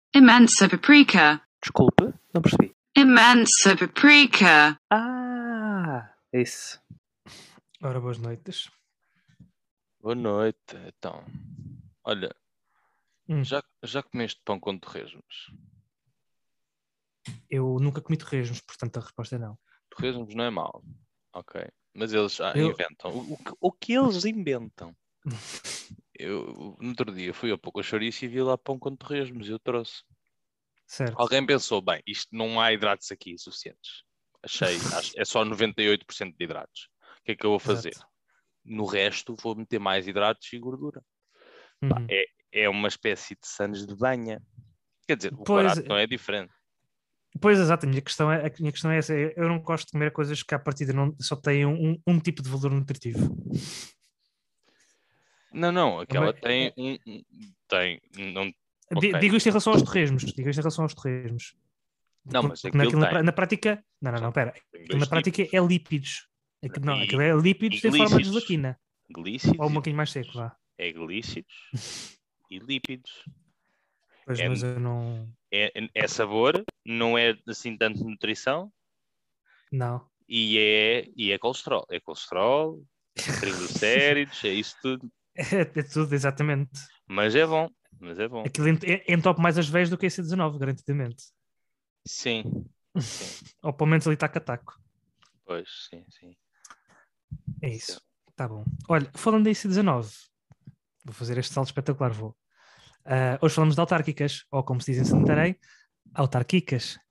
Imensa paprika. Desculpe, não percebi. Imensa paprika. É isso. Ora, boas noites. Boa noite. Então, olha, Hum. já comeste pão com torresmos? Eu nunca comi torresmos, portanto a resposta é não. Torresmos não é mau, ok. Mas eles Eu- inventam. O que eles inventam? Eu, no outro dia, fui a pouco a chouriço e vi lá pão com torresmos e eu trouxe. Certo. Alguém pensou, bem, isto não há hidratos aqui suficientes. É só 98% de hidratos. O que é que eu vou fazer? Exato. No resto vou meter mais hidratos e gordura. Pá, Uhum. é uma espécie de sanos de banha. Quer dizer, o Pois- barato não é diferente. Pois, exato, a minha questão é essa. Eu não gosto de comer coisas que à partida não, só têm um tipo de valor nutritivo. Não, aquela Mas- tem tem, não, ok. Digo isto em relação aos torresmos. Não, mas Porque aquilo tem. na prática... Não, pera. Tem Aquilo na dois prática tipos. é lípidos. Aquilo E- é lípidos e em forma de glícidos. gelatina. Glícidos. Ou um bocadinho mais seco, vá. É glícidos e lípidos. Pois, É- mas eu não... É sabor, não é assim tanto nutrição Não. e é colesterol. É colesterol, triglicéridos, é isso tudo. É tudo, exatamente. Mas é bom. Aquilo entope mais as veias do que esse 19, garantidamente. Sim, Ou pelo menos ali taco a taco. pois, sim. É isso. Tá bom. Olha, falando da IC19, vou fazer este salto espetacular, vou. Hoje falamos de autárquicas, ou como se diz em Santarém, autárquicas.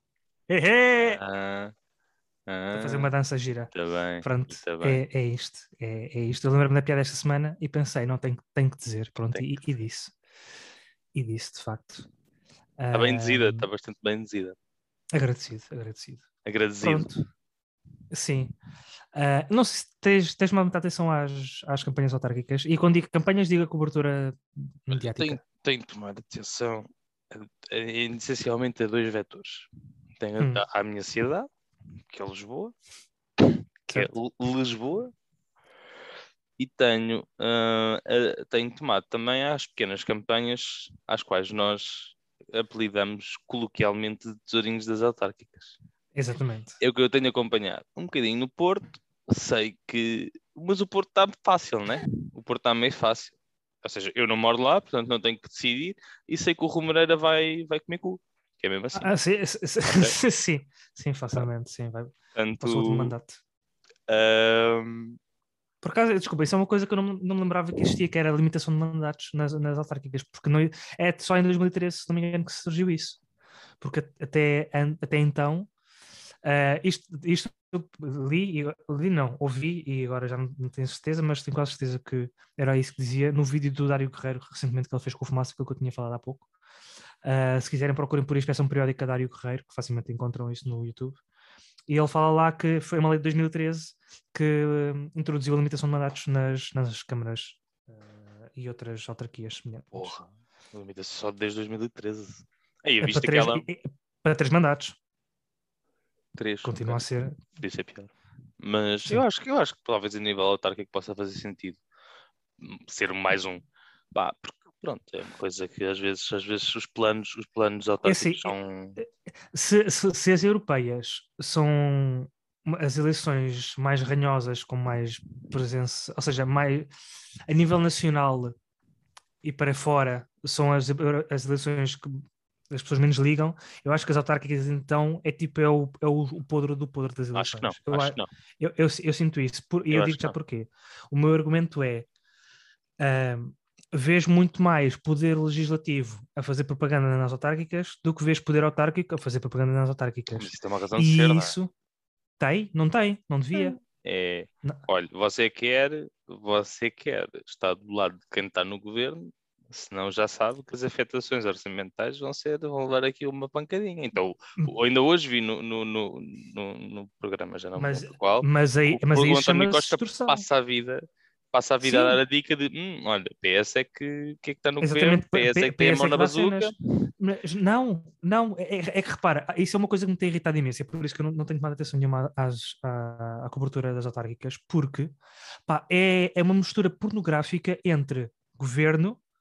Para fazer uma dança gira. Está bem. Pronto, Tá bem. é isto. É isto. Eu lembro-me da piada esta semana e pensei, não, tenho que dizer. Pronto, Tem e disse. E disse, de facto. Está bem dizida, está bastante bem dizida. Agradecido. Agradecido. Pronto. Sim. Não sei se tens muita atenção às campanhas autárquicas. E quando digo campanhas, digo a cobertura mediática. Tenho tomado atenção essencialmente a dois vetores. Tenho a minha cidade, que é Lisboa, e tenho tomado também às pequenas campanhas às quais nós apelidamos coloquialmente de tesourinhos das autárquicas. Exatamente. É o que eu tenho acompanhado um bocadinho no Porto, sei que... Mas o Porto está fácil, né? O Porto está meio fácil. Ou seja, eu não moro lá, portanto não tenho que decidir, e sei que o Rui Moreira vai comer cu. Que é mesmo assim. Sim, facilmente. Sim, vai Portanto, para o seu último mandato. Por acaso, desculpa, isso é uma coisa que eu não me lembrava que existia, que era a limitação de mandatos nas autárquicas, porque não, é só em 2013, se não me engano, que surgiu isso. Porque até então, isto eu ouvi, e agora já não tenho certeza, mas tenho quase certeza que era isso que dizia no vídeo do Dário Guerreiro, recentemente, que ele fez com o Fumaça, que eu tinha falado há pouco. Se quiserem, procurem por Inspeção Periódica Dário Guerreiro, que facilmente encontram isso no YouTube. E ele fala lá que foi uma lei de 2013 que introduziu a limitação de mandatos nas câmaras e outras autarquias semelhantes. Porra, a limitação só desde 2013. Aí, viste para 3 mandatos. 3. Continua a ser. Podia ser pior. Mas Sim. eu acho que talvez a nível autárquico possa fazer sentido ser mais um. Porque pronto, é uma coisa que às vezes os planos autárquicos são... Se as europeias são as eleições mais ranhosas, com mais presença, ou seja, mais a nível nacional e para fora, são as eleições que as pessoas menos ligam, eu acho que as autárquicas então é o podre do podre das eleições. Acho que não. Eu sinto isso, e eu digo já porquê. O meu argumento é vês muito mais poder legislativo a fazer propaganda nas autárquicas do que vês poder autárquico a fazer propaganda nas autárquicas. Mas isso tem uma razão de ser, isso tem? Não tem, não devia. Olha, você quer estar do lado de quem está no governo, senão já sabe que as afetações orçamentais vão levar aqui uma pancadinha. Então, ainda hoje vi no programa, já não me lembro qual, mas aí o António chama-se Costa passa a vida a dar a dica de olha, PS é que está no governo, PS é que tem a mão na bazuca. Mas não, é que repara, isso é uma coisa que me tem irritado imenso, é por isso que eu não tenho tomado atenção nenhuma à cobertura das autárquicas, porque é uma mistura pornográfica entre governo,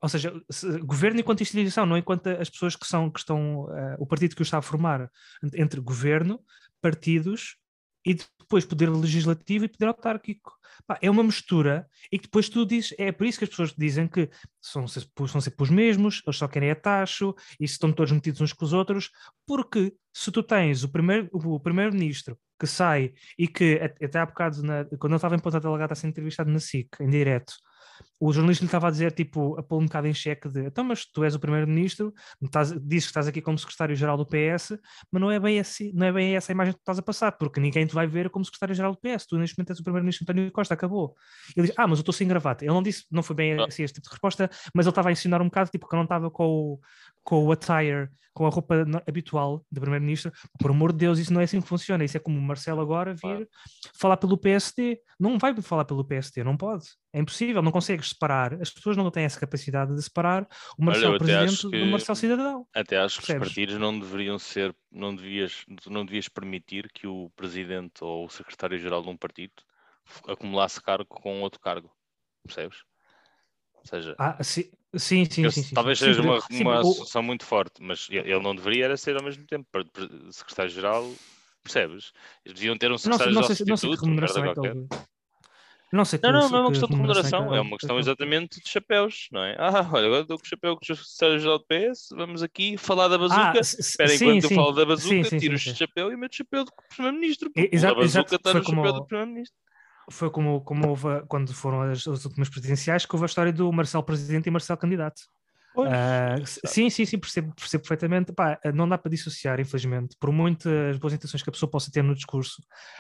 ou seja, governo enquanto instituição, não enquanto as pessoas que estão, o partido que o está a formar, entre governo, partidos e depois poder legislativo e poder autárquico. Pá, é uma mistura e que depois tu dizes, é por isso que as pessoas dizem que são sempre os mesmos, eles só querem a taxa e estão todos metidos uns com os outros, porque se tu tens o primeiro-ministro que sai e que até há bocado, quando ele estava em Ponta Delgada a ser entrevistado na SIC, em direto, o jornalista lhe estava a dizer, tipo, a pôr um bocado em xeque de, então, mas tu és o primeiro-ministro, dizes que estás aqui como secretário-geral do PS, mas não é bem assim, não é bem essa a imagem que tu estás a passar, porque ninguém te vai ver como secretário-geral do PS, tu neste momento és o primeiro-ministro António Costa, acabou. Ele diz, mas eu estou sem gravata. Ele não disse, não foi bem assim este tipo de resposta, mas ele estava a ensinar um bocado, tipo, que eu não estava com o attire, com a roupa habitual do primeiro-ministro. Por amor de Deus, isso não é assim que funciona. Isso é como o Marcelo agora vir falar pelo PSD. Não vai falar pelo PSD, não pode. É impossível, não consegues separar. As pessoas não têm essa capacidade de separar o Marcelo Presidente do Marcelo Cidadão. Até acho que os Percebes? partidos não deveriam ser, não devias permitir que o presidente ou o secretário-geral de um partido acumulasse cargo com outro cargo. Percebes? Ou seja, Sim. talvez Sim, seja uma associação muito forte, mas ele não deveria era ser ao mesmo tempo secretário-geral, percebes? Eles deviam ter um secretário-geral não sei que substituto, remuneração é que ele... Não sei Não é uma que questão de remuneração, é ele... uma questão exatamente de chapéus, não é? Olha, agora estou com o chapéu com o secretário-geral do PS, vamos aqui falar da bazuca. Espera, enquanto eu falo da bazuca, tiro este chapéu e meto o chapéu do primeiro-ministro, porque a bazuca está no chapéu do primeiro-ministro. Foi como houve, quando foram as últimas presidenciais, que houve a história do Marcelo Presidente e Marcelo Candidato. Sim, percebo perfeitamente. Pá, não dá para dissociar, infelizmente, por muitas boas intenções que a pessoa possa ter no discurso.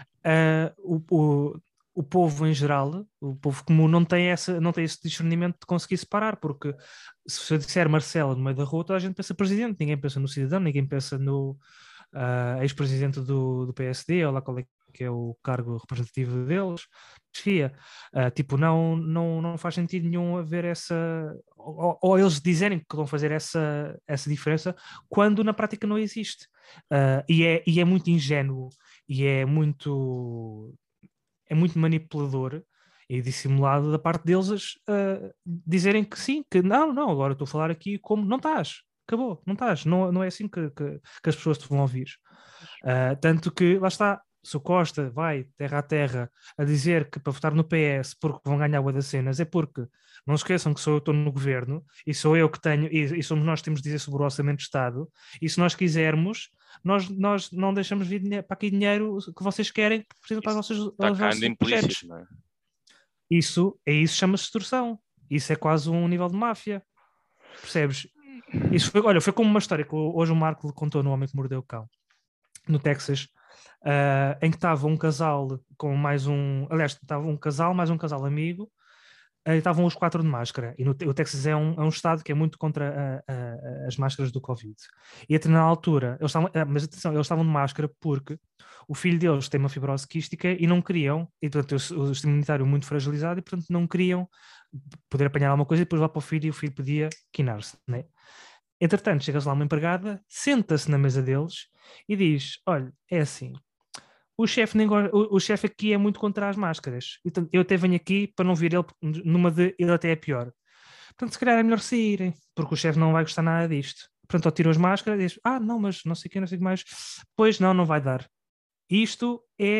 O povo em geral, o povo comum, não tem esse discernimento de conseguir separar, porque se eu disser Marcelo no meio da rua, toda a gente pensa presidente, ninguém pensa no cidadão, ninguém pensa no ex-presidente do PSD, ou lá qual é que é o cargo representativo deles. Desfia. Tipo, não faz sentido nenhum haver essa... Ou eles dizerem que vão fazer essa diferença, quando na prática não existe. E é muito ingênuo, e é muito manipulador e dissimulado da parte deles dizerem que sim, que não, agora estou a falar aqui como não estás, acabou, não estás, não é assim que as pessoas te vão ouvir. Tanto que, lá está, se o Costa vai terra a terra a dizer que para votar no PS porque vão ganhar o das cenas, é porque não se esqueçam que sou eu que estou no governo e sou eu que tenho, e somos nós que temos de dizer sobre o Orçamento de Estado, e se nós quisermos, nós não deixamos vir para aqui dinheiro que vocês querem que precisam para os vossos projetos. Não é? Isso chama-se extorsão. Isso é quase um nível de máfia. Percebes? Isso foi como uma história que hoje o Marco contou no Homem que Mordeu o Cão, no Texas, em que estava um casal com mais um... Aliás, estava um casal mais um casal amigo, e estavam os 4 de máscara. E o Texas é um estado que é muito contra as máscaras do Covid. E até na altura, mas atenção, eles estavam de máscara porque o filho deles tem uma fibrose quística e não queriam, e portanto o sistema imunitário muito fragilizado, e portanto não queriam poder apanhar alguma coisa e depois lá para o filho, e o filho podia quinar-se, né? Entretanto, chegas lá uma empregada, senta-se na mesa deles e diz, olha, é assim, o chefe aqui é muito contra as máscaras. Então, eu até venho aqui para não vir ele numa de ele até é pior. Portanto, se calhar é melhor saírem, porque o chefe não vai gostar nada disto. Portanto, ele tira as máscaras e diz, não, mas não sei o que, não sei o que mais. Pois não vai dar. Isto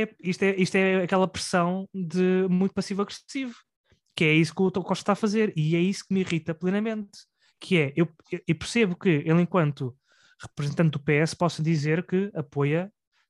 é aquela pressão de muito passivo-agressivo, que é isso que o Costa está a fazer, e é isso que me irrita plenamente, que é, eu percebo que ele, enquanto representante do PS, possa dizer que apoia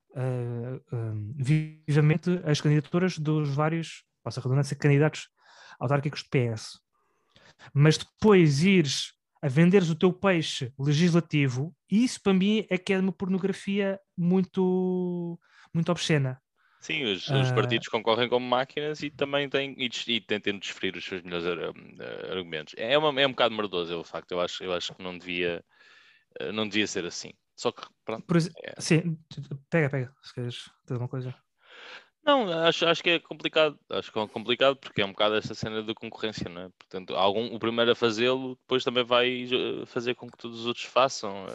vivamente as candidaturas dos vários, passa a redundância, candidatos autárquicos do PS. Mas depois ires a venderes o teu peixe legislativo, isso para mim é que é uma pornografia muito, muito obscena. Sim, os partidos concorrem como máquinas e também tentam desferir os seus melhores argumentos. É um bocado merdoso, o facto. Eu acho que não devia ser assim. Só que, pronto. Sim, pega, se queres ter alguma coisa. Não, acho que é complicado. Acho que é complicado porque é um bocado essa cena de concorrência, não é? Portanto, o primeiro a fazê-lo, depois também vai fazer com que todos os outros façam.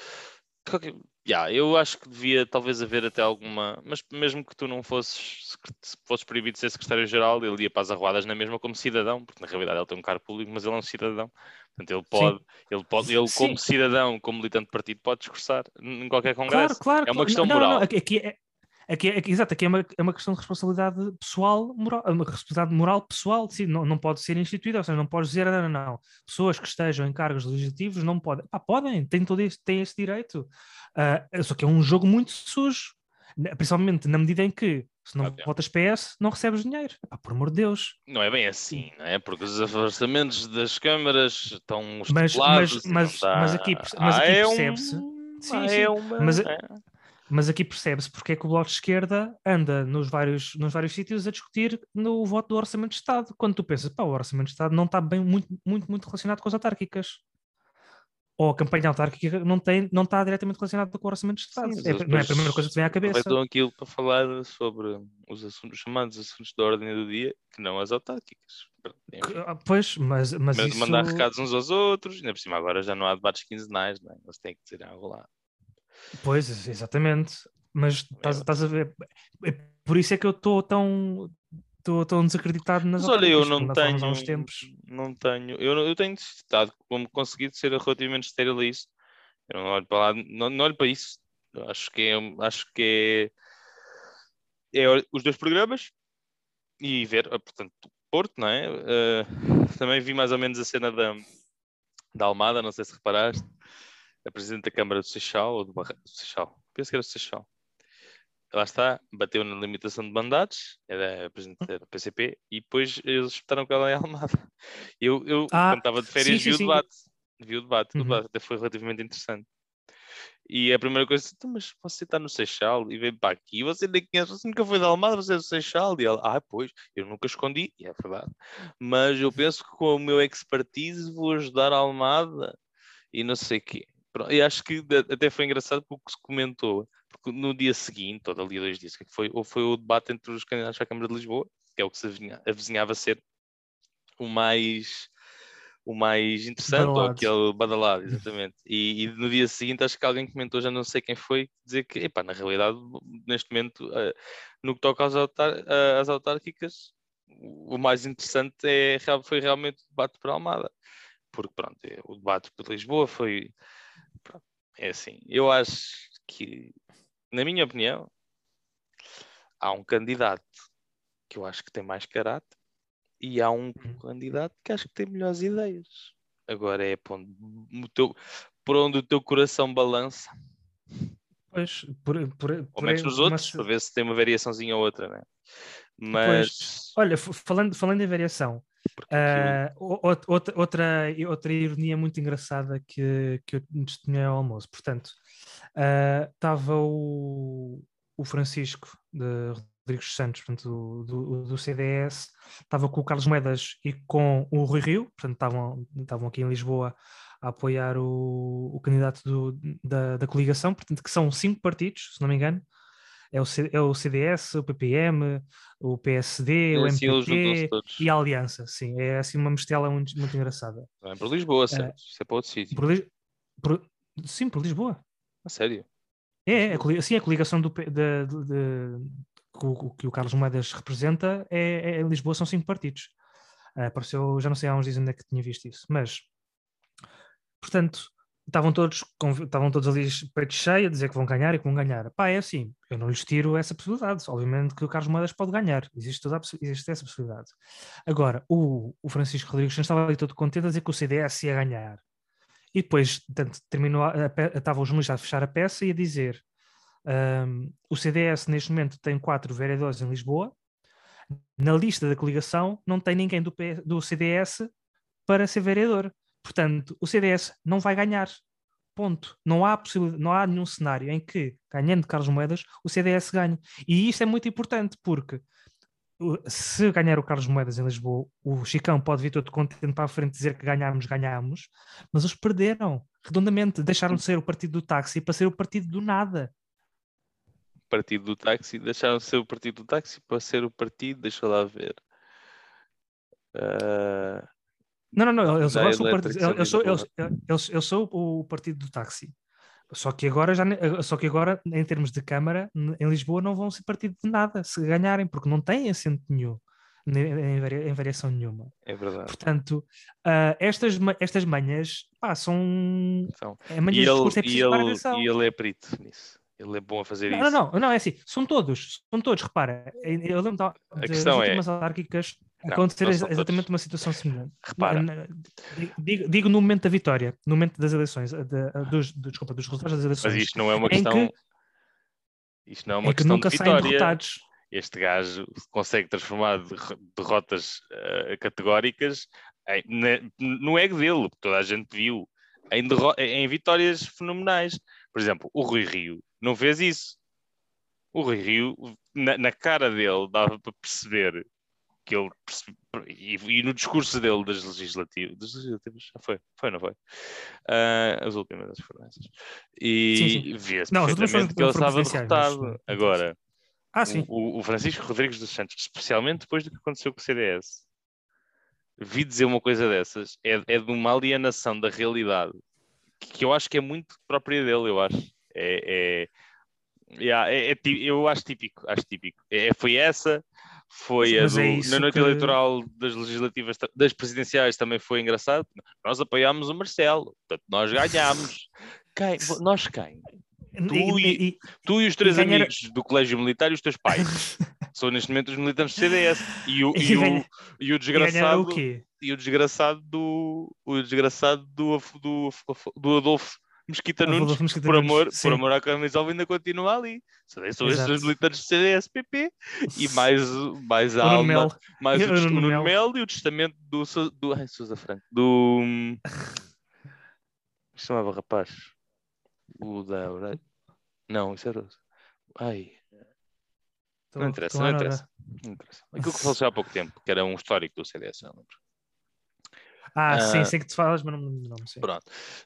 Eu acho que devia talvez haver até alguma... Mas mesmo que tu não fosses proibido de ser secretário-geral, ele ia para as arruadas na mesma como cidadão, porque na realidade ele tem um cargo público, mas ele é um cidadão. Portanto, ele Sim. como cidadão, como militante de partido, pode discursar em qualquer Claro, congresso. claro. É uma questão Não, moral. exato, aqui é uma questão de responsabilidade pessoal, moral, uma responsabilidade moral pessoal, sim, não pode ser instituída, ou seja, não podes dizer, não. Pessoas que estejam em cargos legislativos não podem. Podem, têm esse direito. Só que é um jogo muito sujo, principalmente na medida em que, se não Ok. votas PS, não recebes dinheiro. Por amor de Deus. Não é bem assim, não é? Porque os orçamentos das câmaras estão Mas, estipulados e não mas dá. aqui, mas aqui É percebe-se. Sim, sim. uma. Mas aqui percebe-se porque é que o Bloco de Esquerda anda nos vários sítios a discutir no voto do Orçamento de Estado. Quando tu pensas, o Orçamento de Estado não está bem muito relacionado com as autárquicas. Ou a campanha autárquica não está diretamente relacionada com o Orçamento de Sim, Estado. mas Não é a eles primeira coisa que te vem à depois cabeça. aproveitam aquilo para falar sobre os chamados assuntos da ordem do dia, que não as autárquicas. Enfim. Pois, mas isso... Mandar recados uns aos outros, ainda por cima agora já não há debates quinzenais, não é? Eles têm que dizer algo lá. Pois, exatamente. Mas estás a ver... Por isso é que eu estou tão desacreditado nas Mas olha, eu autárquicas, porque não nós falamos há tenho, uns tempos. eu tenho estado como conseguido ser relativamente estéril a isso. Eu não olho para lá, não olho para isso. Eu acho que é os dois programas e ver, portanto, Porto, não é? Também vi mais ou menos a cena da Almada, não sei se reparaste, a Presidente da Câmara do Seixal, ou do Seixal, penso que era do Seixal. Lá está, bateu na limitação de mandatos, era a Presidente da PCP, e depois eles espetaram com ela em Almada. Quando estava de sim, férias, sim, sim. vi o debate Uhum. até foi relativamente interessante. E a primeira coisa, mas você está no Seixal e vem para aqui, você nem conhece, você nunca foi de Almada, você é do Seixal. E ela, pois, eu nunca escondi, e é verdade. Mas eu penso que com o meu expertise vou ajudar a Almada e não sei o quê. E acho que até foi engraçado porque se comentou, porque no dia seguinte, ou dali a 2 dias, que foi o debate entre os candidatos à Câmara de Lisboa, que é o que se avizinhava a ser o mais interessante, ou Badalado. aquele badalado, exatamente. E no dia seguinte acho que alguém comentou, já não sei quem foi, dizer que, na realidade, neste momento, no que toca às autárquicas, o mais interessante foi realmente o debate por Almada. Porque, pronto, o debate por Lisboa foi... Pronto, é assim, eu acho que, na minha opinião, há um candidato que eu acho que tem mais caráter e há um candidato que acho que tem melhores ideias. Agora é por onde o teu coração balança. Pois, Ou menos nos outros, para ver se tem uma variaçãozinha ou outra, né? Mas. Olha, falando em variação, Porque aquilo. outra ironia muito engraçada que eu testemunhei ao almoço. Portanto, estava o Francisco de Rodrigues Santos, portanto, do CDS, estava com o Carlos Moedas e com o Rui Rio, portanto, estavam aqui em Lisboa a apoiar o candidato da coligação, portanto, que são 5 partidos, se não me engano. É o CDS, o PPM, o PSD, o Assim eles juntam-se MPT todos. e a Aliança. Sim, é assim uma mistela muito engraçada. Não é para Lisboa, Uh, certo? Isso é para outro sítio. por, sim, por Lisboa. A sério? Sim, a coligação que o Carlos Moedas representa em Lisboa são 5 partidos. Apareceu, já não sei há uns dias onde é que tinha visto isso, mas portanto, estavam todos ali peito cheio a dizer que vão ganhar e que vão ganhar. É assim, eu não lhes tiro essa possibilidade. Obviamente que o Carlos Moedas pode ganhar, existe essa possibilidade. Agora, o Francisco Rodrigues estava ali todo contente a dizer que o CDS ia ganhar. E depois, portanto, estavam os jornalistas a fechar a peça e a dizer o CDS neste momento tem 4 vereadores em Lisboa, na lista da coligação não tem ninguém do CDS para ser vereador. Portanto, o CDS não vai ganhar. Ponto. Não há nenhum cenário em que, ganhando Carlos Moedas, o CDS ganhe. E isto é muito importante porque se ganhar o Carlos Moedas em Lisboa, o Chicão pode vir todo contente para a frente dizer que ganhámos, mas eles perderam redondamente, deixaram de ser o partido do táxi para ser o partido do nada. Partido do táxi, deixaram de ser o partido do táxi para ser o partido, deixa lá ver. Não, eles agora são o partido. Elétrica Eu sou o partido do táxi. Só que agora, em termos de Câmara, em Lisboa não vão ser partido de nada se ganharem, porque não têm assento nenhum. em variação nenhuma. É verdade. Portanto, estas manhas, são... Então, manhas de discurso, é preciso prestar e atenção. ele é perito nisso. Ele é bom a fazer Não, isso. não, é assim, são todos, repara, eu lembro das questão é- últimas autárquicas Não, acontecer não são exatamente todos. uma situação semelhante. Repara. Digo no momento da vitória, no momento das eleições, dos resultados das Mas eleições, isto não é uma em questão. que, Isto não é uma em que questão de nunca saem vitória. derrotados. Este gajo consegue transformar derrotas categóricas no ego dele, porque toda a gente viu, em vitórias fenomenais. Por exemplo, o Rui Rio não fez isso. O Rui Rio, na cara dele, dava para perceber que ele e no discurso dele das legislativas já foi, não foi? As últimas, acho que foram essas. E Sim. via-se Não, as últimas perfeitamente que ele foram estava presidenciais, mas- derrotado. Agora, sim. o Francisco Rodrigues dos Santos, especialmente depois do que aconteceu com o CDS, vi dizer uma coisa dessas, é de uma alienação da realidade que eu acho que é muito própria dele, eu acho. Eu acho típico. Foi essa, foi Mas é na isso noite que... eleitoral das legislativas, das presidenciais também foi engraçado. Nós apoiámos o Marcelo, portanto, nós ganhámos. Nós quem? Tu e os três ganhar- amigos do Colégio Militar e os teus pais. São neste momento os militantes do CDS. E o ganharam desgraçado. o quê? E o desgraçado do Adolfo Mesquita Nunes, Adolfo Mesquita por Nunes, amor à camisola, ainda continua ali. São estes Exato. os militantes do CDS-PP e mais a O Nuno alma, Melo. mais O o Nuno Nuno Melo. Melo e o testamento do Sousa Franco. Chamava rapaz. O da. Não, isso era. Ai. Não interessa. Aquilo que faleceu há pouco tempo, que era um histórico do CDS, não lembro. Sim, sei que te falas, mas não me lembro do nome. Sim. Pronto.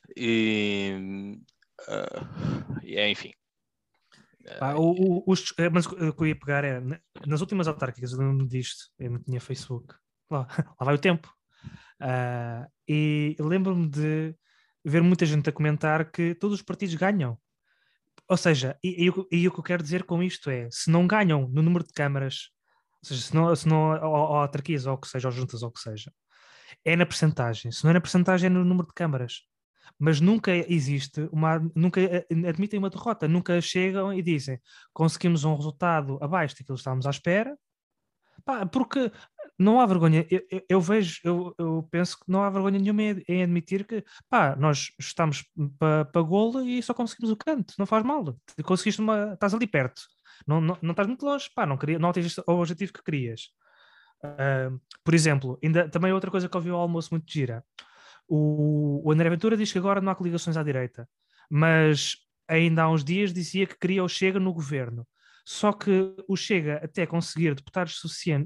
Enfim. Mas o que eu ia pegar era, nas últimas autárquicas, eu lembro-me disto, eu não tinha Facebook. Lá vai o tempo. E eu lembro-me de ver muita gente a comentar que todos os partidos ganham. Ou seja, e o que eu quero dizer com isto é, se não ganham no número de câmaras, ou seja, se não ou autarquias, ou o que seja, ou juntas, ou o que seja, é na percentagem. Se não é na percentagem, é no número de câmaras. Mas nunca nunca admitem uma derrota, nunca chegam e dizem conseguimos um resultado abaixo daquilo que estávamos à espera, porque não há vergonha. Eu penso que não há vergonha nenhuma em admitir que nós estamos para golo e só conseguimos o canto, não faz mal. Conseguiste estás ali perto, não estás muito longe, não atingiste o objetivo que querias. Por exemplo, ainda também outra coisa que eu ouvi ao almoço muito gira. O André Ventura diz que agora não há coligações à direita, mas ainda há uns dias dizia que queria o Chega no governo. Só que o Chega, até conseguir deputados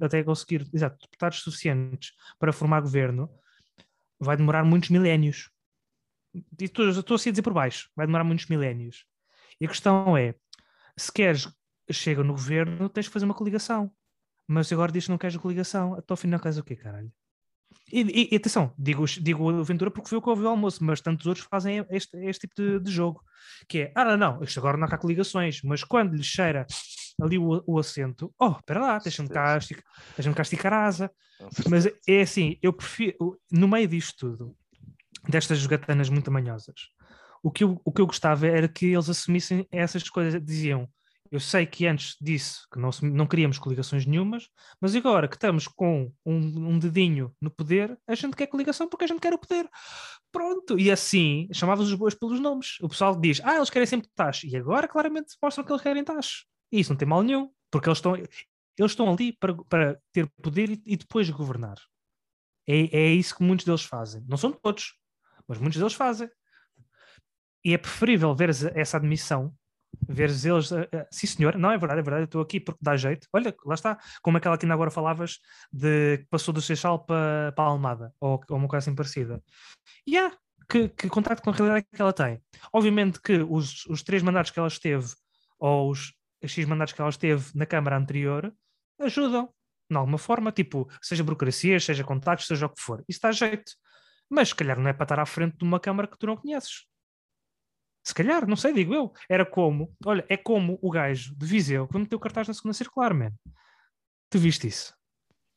suficientes para formar governo, vai demorar muitos milénios. E estou assim a dizer por baixo, vai demorar muitos milénios. E a questão é, se queres Chega no governo, tens que fazer uma coligação. Mas agora diz que não queres a coligação, então afinal queres o quê, caralho? E atenção, digo o Ventura porque foi o que ouvi o almoço, mas tantos outros fazem este tipo de jogo, que é, não, isto agora não há coligações, mas quando lhe cheira ali o assento, espera lá, deixa-me cá esticar a asa. Mas é assim, eu prefiro, no meio disto tudo, destas jogatanas muito manhosas, o que eu gostava era que eles assumissem essas coisas, diziam, eu sei que antes disse que não queríamos coligações nenhumas, mas agora que estamos com um dedinho no poder, a gente quer coligação porque a gente quer o poder. Pronto. E assim, chamava-os os bois pelos nomes. O pessoal diz, eles querem sempre taxa. E agora claramente mostram que eles querem taxa. E isso não tem mal nenhum, porque eles estão ali para ter poder e depois governar. É isso que muitos deles fazem. Não são todos, mas muitos deles fazem. E é preferível ver essa admissão, veres eles, sim senhor, não, é verdade, eu estou aqui porque dá jeito, olha, lá está, como aquela que ainda agora falavas de que passou do Seixal para a Almada, ou uma coisa assim parecida. E que contacto com a realidade que ela tem. Obviamente que os 3 mandatos que ela esteve, ou os X mandatos que ela esteve na Câmara anterior, ajudam, de alguma forma, tipo, seja burocracias, seja contactos, seja o que for, isso dá jeito. Mas se calhar não é para estar à frente de uma Câmara que tu não conheces. Se calhar, não sei, digo eu. É como o gajo de Viseu que meteu o cartaz na segunda circular, man. Tu viste isso?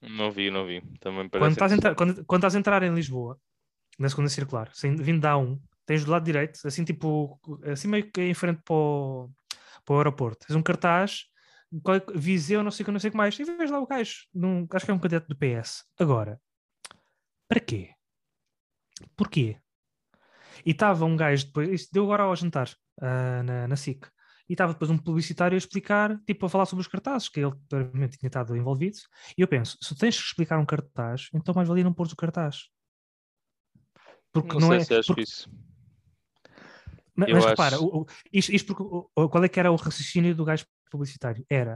Não vi. Também Quando parece estás, a entrar, interessante. quando estás a entrar em Lisboa, na segunda circular, vindo da A1, tens do lado direito, assim tipo, assim meio que em frente para o aeroporto, tens um cartaz, Viseu, não sei o que mais, e vês lá o gajo, acho que é um candidato do PS. Agora, para quê? Porquê? E estava um gajo depois, isto deu agora ao jantar, na SIC, e estava depois um publicitário a explicar, tipo, a falar sobre os cartazes, que ele claramente tinha estado envolvido, e eu penso, se tens que explicar um cartaz, então mais valia não pôr o cartaz. Porque Não não sei é. se acho Porque, isso. Eu mas repara, acho. isto porque, qual é que era o raciocínio do gajo publicitário? Era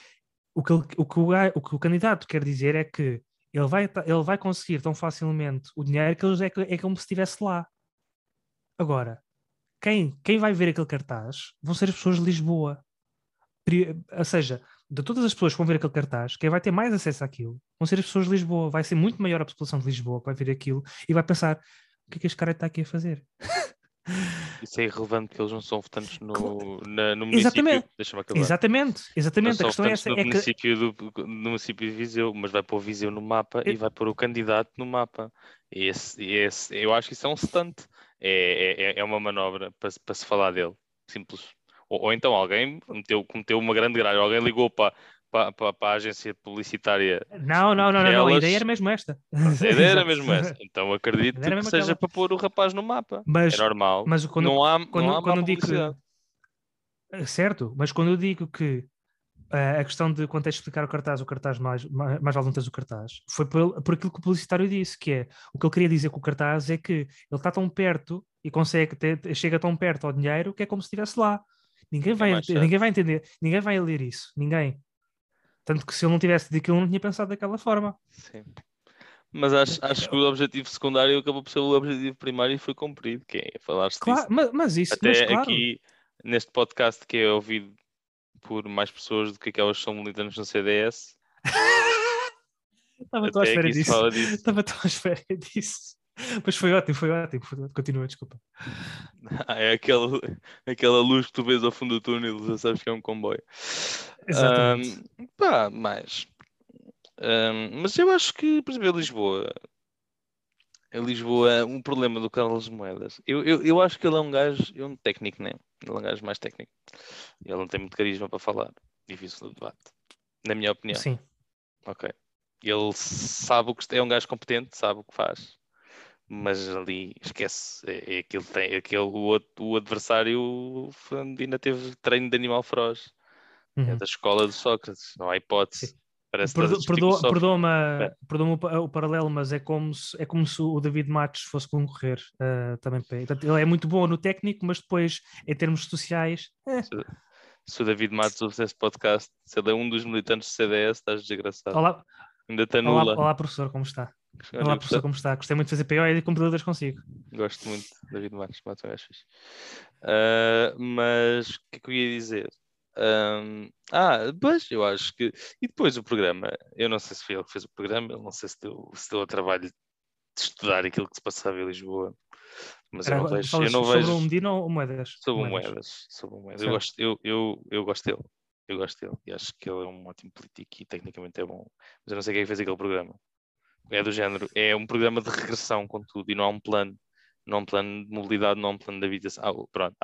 o que o candidato quer dizer é que ele vai conseguir tão facilmente o dinheiro que é como se estivesse lá. Agora, quem vai ver aquele cartaz vão ser as pessoas de Lisboa. Ou seja, de todas as pessoas que vão ver aquele cartaz, quem vai ter mais acesso àquilo vão ser as pessoas de Lisboa. Vai ser muito maior a população de Lisboa que vai ver aquilo e vai pensar: o que é que este cara está aqui a fazer? Isso é irrelevante porque eles não são votantes Cla- no município. Exatamente, Deixa-me acabar. exatamente, Não exatamente. A são questão é votantes essa: no é que município no município de Viseu, mas vai pôr Viseu no mapa e eh, vai pôr o candidato no mapa. Eu acho que isso é um stunt. É uma manobra para se falar dele. Simples. Ou então alguém cometeu uma grande gralha. Alguém ligou para a agência publicitária não, a ideia delas. era mesmo esta. Pronto, a ideia era Exato. mesmo essa. Então A ideia acredito era que mesmo seja aquela. para pôr o rapaz no mapa. É Mas, normal. mas Não há má quando eu digo que. publicidade. Certo, mas quando eu digo que a questão de quando tens de explicar o cartaz mais vale não teres o cartaz, foi por aquilo que o publicitário disse, que é o que ele queria dizer com o cartaz é que ele está tão perto e chega tão perto ao dinheiro que é como se estivesse lá. É mais Ninguém chato. vai entender, ninguém vai ler isso, ninguém. Tanto que se ele não tivesse dito aquilo, eu não tinha pensado daquela forma. Sim. Mas acho que o objetivo secundário acabou por ser o objetivo primário e foi cumprido, que é falar-se disso. Claro, mas Até claro, aqui, neste podcast que é ouvido por mais pessoas do que aquelas que são militantes no CDS, estava tão à até espera aqui se disso. fala disso. Estava tão à espera disso. Mas foi ótimo, foi ótimo. Continua, desculpa. É aquela luz que tu vês ao fundo do túnel, já sabes que é um comboio. Exatamente. Pá, mas eu acho que, por exemplo, Lisboa, um problema do Carlos Moedas. Eu acho que ele é um gajo, é um técnico, né? Ele é um gajo mais técnico. Ele não tem muito carisma para falar. Difícil de debate. Na minha opinião. Sim. Ok. Ele sabe o que é um gajo competente, sabe o que faz. Mas ali esquece. É aquilo tem, o adversário ainda teve treino de animal feroz. É Uhum. da escola de Sócrates. Não há Sim. hipótese. Parece que estás a discutir com o Sócrates. É, Perdoa-me o paralelo, mas é como se o David Matos fosse concorrer também. Portanto, ele é muito bom no técnico, mas depois, em termos sociais, se, se o David Matos ouve esse podcast, se ele é um dos militantes do CDS, estás desgraçado. olá, Ainda te anula. olá, professor, como está? Olha, Olá, professor, como está? Gostei muito de fazer PO e de computadores consigo. gosto muito de David Matos. Matos é um gajo fixe. Mas o que é que eu ia dizer? Pois, eu acho que. E depois o programa, eu não sei se foi ele que fez o programa, eu não sei se deu o trabalho de estudar aquilo que se passava em Lisboa, mas eu não Tu vejo, eu falas não sobre o vejo Medina ou Moedas? sobre Moedas, moedas, sobre moedas. Eu certo. gosto, eu gosto dele. Eu gosto dele e acho que ele é um ótimo político e tecnicamente é bom, mas eu não sei quem fez aquele programa. É do género, é um programa de regressão com tudo e não há um plano, não há um plano de mobilidade, não há um plano de habitação. Pronto,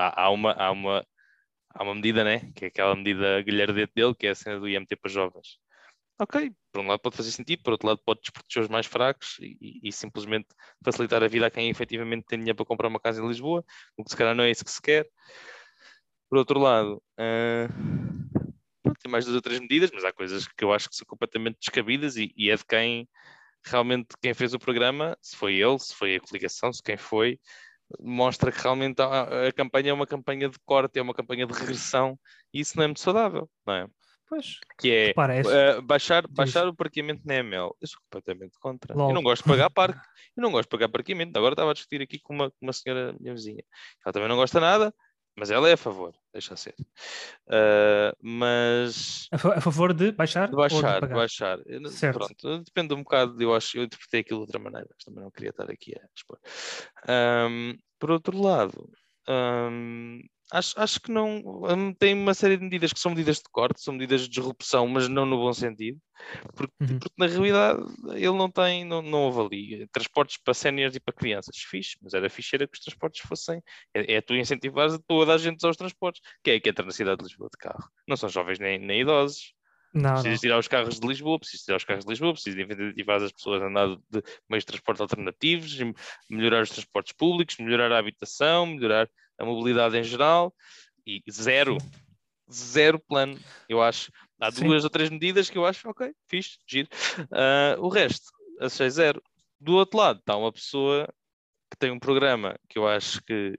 há uma medida, né? Que é aquela medida galhardete dele, que é a cena do IMT para jovens. Ok, por um lado pode fazer sentido, por outro lado pode desproteger os mais fracos e simplesmente facilitar a vida a quem efetivamente tem dinheiro para comprar uma casa em Lisboa, o que se calhar não é isso que se quer. Por outro lado, tem mais duas ou três medidas, mas há coisas que eu acho que são completamente descabidas e é de quem realmente quem fez o programa, se foi ele, se foi a coligação, se quem foi, mostra que realmente a campanha é uma campanha de corte, é uma campanha de regressão e isso não é muito saudável, não é? Pois, Que é repara, baixar diz, o parqueamento na EML. Eu sou completamente contra. Eu não LOL. gosto de pagar parque, eu não gosto de pagar parqueamento. Agora estava a discutir aqui com uma senhora, minha vizinha. Ela também não gosta nada, mas ela é a favor, deixa ser. Mas A favor de de baixar ou de baixar, de pagar? baixar. Certo. Pronto, depende um bocado, eu interpretei aquilo de outra maneira, mas também não queria estar aqui a expor. Por outro lado, acho que não. Tem uma série de medidas que são medidas de corte, são medidas de disrupção, mas não no bom sentido. Porque na realidade ele não avalia transportes para séniores e para crianças. Fixe, mas era fixe era que os transportes fossem. É tu incentivares toda a gente aos transportes. Quem é que entra na cidade de Lisboa de carro? Não são jovens nem idosos. Não, Precisas tirar os carros de Lisboa, precisas tirar os carros de Lisboa, precisas incentivar as pessoas a andar de meios de transporte alternativos, melhorar os transportes públicos, melhorar a habitação, melhorar a mobilidade em geral e zero plano, eu acho. Há Sim. 2 ou 3 medidas que eu acho, ok, fixe, giro. O resto, achei zero. Do outro lado, está uma pessoa que tem um programa que eu acho que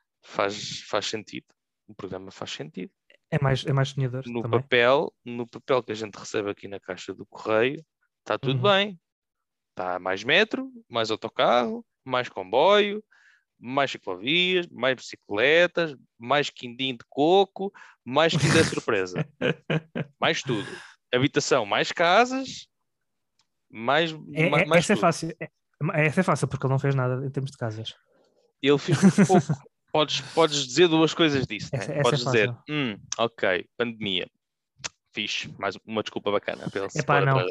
faz sentido. O programa faz sentido. É mais sonhador No também. papel que a gente recebe aqui na caixa do correio, está tudo bem. Está mais metro, mais autocarro, mais comboio, mais ciclovias, mais bicicletas, mais quindim de coco, mais quindim surpresa. Mais tudo. Habitação, mais casas, mais Essa é tudo. fácil. Essa é fácil porque ele não fez nada em termos de casas. Ele fez muito pouco. Podes dizer 2 coisas disso, né? Essa Podes é dizer, fácil. ok, pandemia. Fixe, mais uma desculpa bacana para ele se Epá, pôr não. atrás.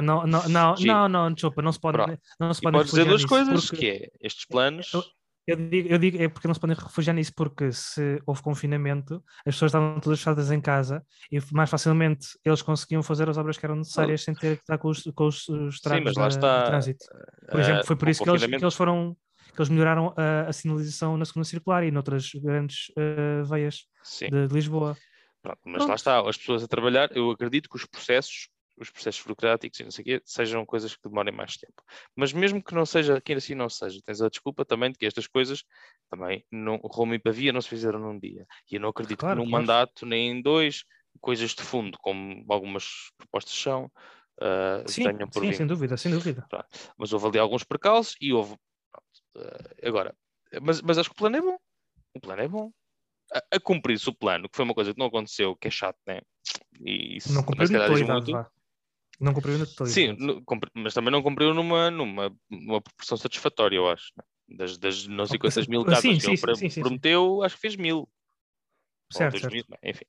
Não, desculpa, não se pode Pronto. E refugiar podes dizer 2 nisso coisas, porque que é estes planos. eu digo é porque não se podem refugiar nisso porque se houve confinamento, as pessoas estavam todas fechadas em casa e mais facilmente eles conseguiam fazer as obras que eram necessárias sem ter que estar com os Sim, estragos mas lá do está. trânsito. Por exemplo, foi por O isso que eles confinamento. melhoraram a sinalização na segunda circular e noutras grandes veias Sim. de Lisboa. Pronto, mas Pronto. lá está, as pessoas a trabalhar, eu acredito que os processos burocráticos e não sei o quê, sejam coisas que demorem mais tempo. Mas mesmo que não seja, que assim não seja, tens a desculpa também de que estas coisas também, Roma e Pavia não se fizeram num dia. E eu não acredito Claro, que num claro. mandato, nem em 2, coisas de fundo, como algumas propostas são, tenham por sim, vir. sem dúvida. Pronto. Mas houve ali alguns percalços e houve. Agora, mas acho que o plano é bom. O plano é bom. A cumprir-se o plano, que foi uma coisa que não aconteceu, que é chato, né? E isso Não também cumpriu se na calhar diz totalidade, muito. vá. Não cumpriu na Sim, totalidade. mas também não cumpriu numa proporção satisfatória, eu acho. Né? Das não sei quantas mil casas Sim, que ele sim. prometeu, acho que fez 1000. Ou Certo, 2000, certo. enfim.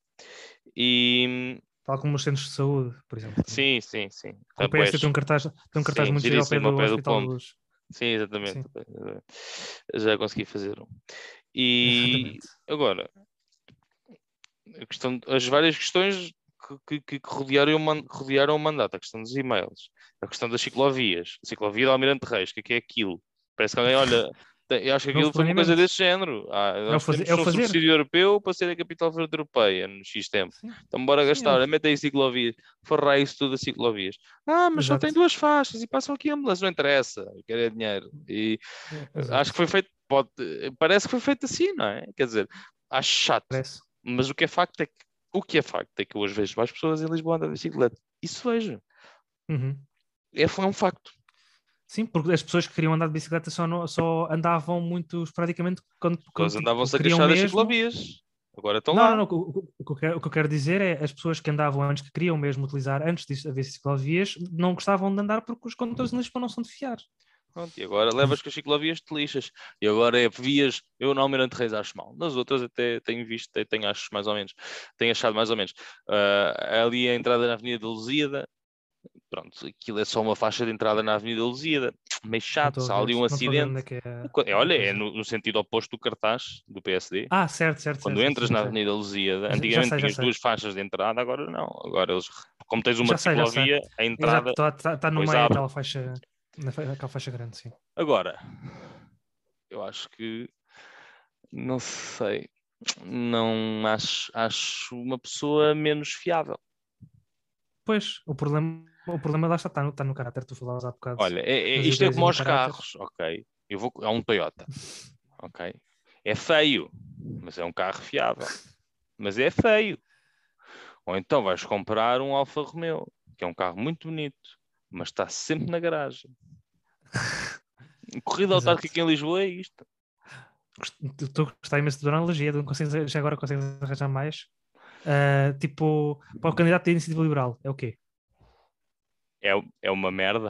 E Tal como os centros de saúde, por exemplo. Também. sim. O PS tem um cartaz Sim, muito giro ao pé giríssimo ao do pé do Hospital de ponto. Luz. Sim, exatamente. Sim, Já consegui fazer um. E exatamente. agora, as várias questões que rodearam o mandato, a questão dos e-mails, a questão das ciclovias, a ciclovia do Almirante Reis, que é aquilo? Parece que alguém, olha, eu acho que Novo aquilo foi uma coisa planeamento. desse género. Nós temos É o um fazer. subsídio europeu para ser a capital verde europeia no X tempo. Sim, Então bora sim, gastar, mete aí ciclovias, forrar isso tudo a ciclovias. Mas só tem exato. 2 faixas e passam aqui ambulâncias, não interessa, eu quero é dinheiro. E acho Exato. que foi feito, parece que foi feito assim, não é? Quer dizer, acho chato. Parece. Mas o que é facto é que eu hoje vejo mais pessoas em Lisboa andando de bicicleta. Isso vejo. Uhum. Foi um facto. Sim, porque as pessoas que queriam andar de bicicleta só andavam muito esporadicamente quando As pessoas tipo, andavam-se a queriam queixar das mesmo. ciclovias. Agora estão Não, lá. o que eu quero dizer é as pessoas que andavam antes, que queriam mesmo utilizar antes de haver ciclovias, não gostavam de andar porque os condutores em Lisboa não são de fiar. Pronto, e agora levas com as ciclovias te lixas. E agora é vias, eu no Almirante Reis acho mal. Nas outras até tenho visto, tenho acho mais ou menos, tenho achado mais ou menos. Ali a entrada na Avenida da Lusíada, pronto, aquilo é só uma faixa de entrada na Avenida da Lusíada, meio chato, se há ali um Não estou a ver acidente. onde é que é Olha, a é coisa. no sentido oposto do cartaz do PSD. Ah, certo. Quando entras Já na sei. Avenida Lusíada, Já antigamente sei, já tinhas sei. 2 faixas de entrada, agora não. Agora eles, como tens uma Já de sei, já sei. ciclovia, a Exato, entrada está no depois meio abre. aquela faixa, aquela faixa grande, sim. Agora, eu acho que não sei, não acho uma pessoa menos fiável. Pois, o problema lá está no caráter, tu falavas há bocado, Olha, nas isto é ideias e como no aos caráter. carros, ok? É um Toyota, ok? É feio, mas é um carro fiável. Mas é feio. Ou então vais comprar um Alfa Romeo, que é um carro muito bonito, mas está sempre na garagem. Corrida Exato. autárquica em Lisboa é isto. Estou a gostar imenso da analogia, já agora consegues arranjar mais. Tipo, para o candidato da iniciativa liberal, é o quê? É uma merda.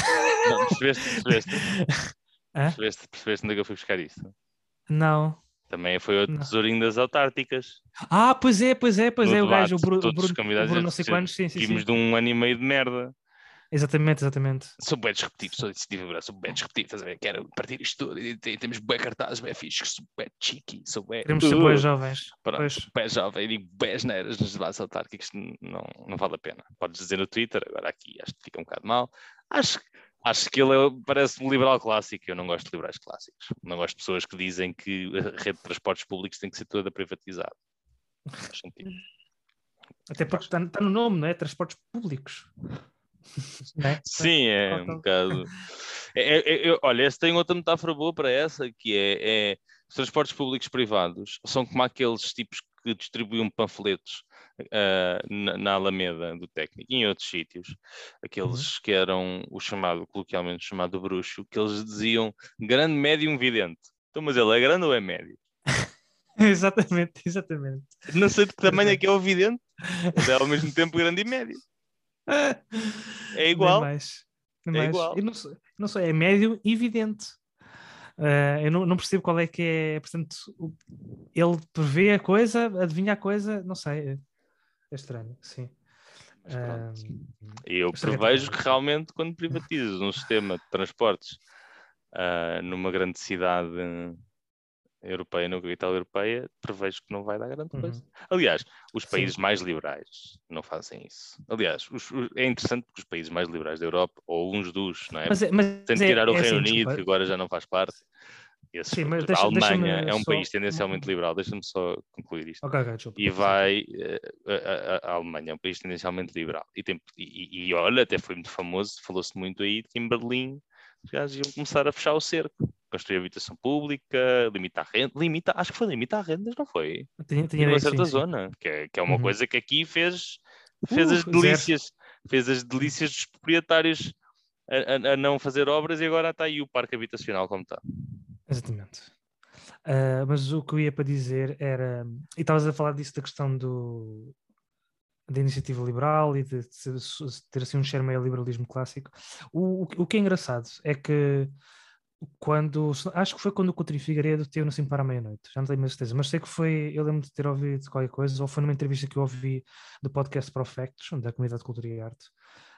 Não, percebeste? Hã? Percebeste onde é que eu fui buscar isso? Não. também foi o Não. tesourinho das autárticas. Pois é, No o gajo, debate, todos os o candidatos Bruno não sei quantos, sim. vimos de um ano e meio de merda. Exatamente. Sou bem disruptivo, sou bem disruptivo, estás a ver? Quero partir isto tudo e temos bem cartazes, bem fixos, sou bem cheeky, sou bem... Queremos ser boas jovens. Pronto, Pois. bem jovem, digo bem asneiras nos debates autárquicos, não vale a pena. Podes dizer no Twitter, agora aqui acho que fica um bocado mal. Acho que ele parece-me liberal clássico, eu não gosto de liberais clássicos. Não gosto de pessoas que dizem que a rede de transportes públicos tem que ser toda privatizada. Não faz sentido. Até porque está no nome, não é? Transportes públicos. Não é? Sim, é um bocado. Olha, esse tem outra metáfora boa para essa, que é os transportes públicos privados são como aqueles tipos que distribuíam panfletos na Alameda do Técnico e em outros sítios, aqueles que eram coloquialmente chamado bruxo, que eles diziam grande, médium, vidente. Então, mas ele é grande ou é médio? Exatamente. Não sei de que tamanho é que é o vidente, mas é ao mesmo tempo grande e médio. É igual. Nem mais. É igual. Eu não sei, é médio e evidente. Eu não percebo qual é que é. Portanto, ele prevê a coisa, adivinha a coisa, não sei. É estranho, sim. E eu prevejo que realmente, quando privatizas um sistema de transportes numa grande cidade europeia, na capital europeia, prevejo que não vai dar grande coisa. Aliás, os países mais liberais não fazem isso. Aliás, é interessante porque os países mais liberais da Europa, ou uns dos, não é? Sem tirar o Reino Unido, que agora já não faz parte. A Alemanha é um país tendencialmente liberal. Deixa-me só concluir isto. Okay, desculpa, e a Alemanha é um país tendencialmente liberal. E olha, até foi muito famoso, falou-se muito aí que em Berlim os gajos iam começar a fechar o cerco. Construir habitação pública, limitar acho que foi limitar rendas, não foi? Tinha uma certa zona, que é uma coisa que aqui fez as delícias dos proprietários a não fazer obras e agora está aí o parque habitacional como está. Exatamente. Mas o que eu ia para dizer era, e estavas a falar disso da questão da iniciativa liberal e de ter assim um cheiro meio liberalismo clássico. O que é engraçado é que acho que foi quando o Coutinho Figueiredo teve no Sim para a Meia-Noite, já não tenho mais certeza, mas sei que eu lembro de ter ouvido qualquer coisa, ou foi numa entrevista que eu ouvi do podcast Profectos, da Comunidade de Cultura e Arte,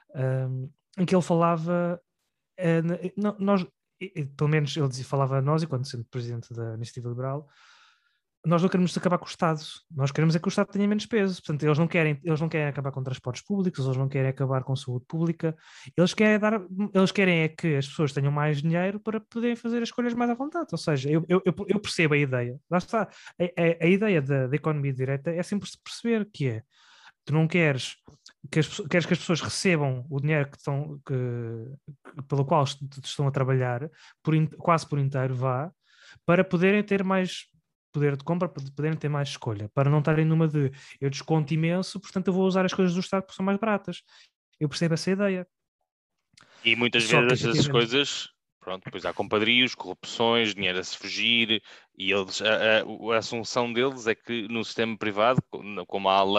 em que ele falava, nós, pelo menos ele falava a nós, enquanto sendo presidente da Iniciativa Liberal, nós não queremos acabar com o Estado, nós queremos é que o Estado tenha menos peso. Portanto, eles não querem acabar com transportes públicos, eles não querem acabar com saúde pública, eles querem é que as pessoas tenham mais dinheiro para poderem fazer as escolhas mais à vontade. Ou seja, eu percebo a ideia, lá está, a ideia da economia direta é sempre perceber que é, tu não queres que as pessoas recebam o dinheiro pelo qual estão a trabalhar quase por inteiro, para poderem ter mais poder de compra, para poderem ter mais escolha, para não estarem numa de eu desconto imenso, portanto eu vou usar as coisas do Estado porque são mais baratas. Eu percebo essa ideia. E muitas vezes essas coisas, pronto, depois há compadrios, corrupções, dinheiro a se fugir, e eles, a assunção deles é que no sistema privado, como há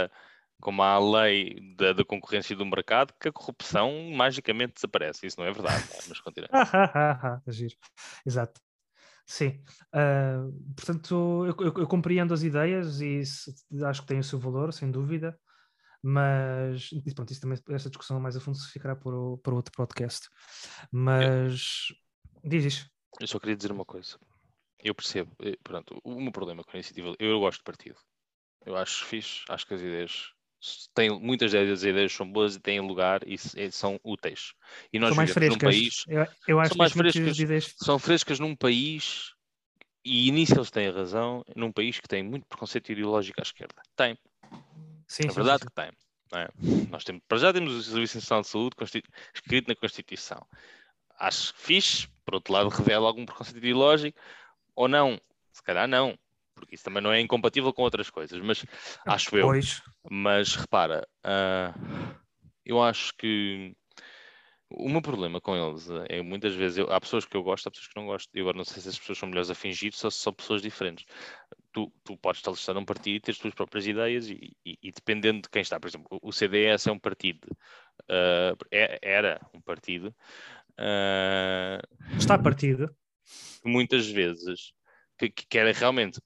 a lei da concorrência e do mercado, que a corrupção magicamente desaparece. Isso não é verdade, mas continua. Giro. Exato. Sim, portanto eu compreendo as ideias e acho que tem o seu valor, sem dúvida, mas pronto, essa discussão mais a fundo se ficará para outro podcast. Mas diz. Eu só queria dizer uma coisa. Eu percebo, pronto, o meu problema com a iniciativa, eu gosto de partido. Eu acho fixe, acho que as ideias muitas das ideias são boas e têm lugar e são úteis. E nós são mais vivemos frescas. Num país, eu acho são mais frescas, são frescas num país, e nisso eles têm razão, num país que tem muito preconceito ideológico à esquerda. Tem. Sim, é verdade que tem. Não é? Nós para já temos o Serviço Nacional de Saúde escrito na Constituição. Acho fixe, por outro lado, revela algum preconceito ideológico, ou não, se calhar não, porque isso também não é incompatível com outras coisas, mas acho eu. Mas repara, eu acho que o meu problema com eles é muitas vezes, há pessoas que eu gosto, há pessoas que não gosto. Eu agora não sei se as pessoas são melhores a fingir, só se são pessoas diferentes. Tu podes te alistar num partido e ter as tuas próprias ideias e dependendo de quem está, por exemplo, o CDS é um partido, era um partido. Está partido. Que muitas vezes que era realmente,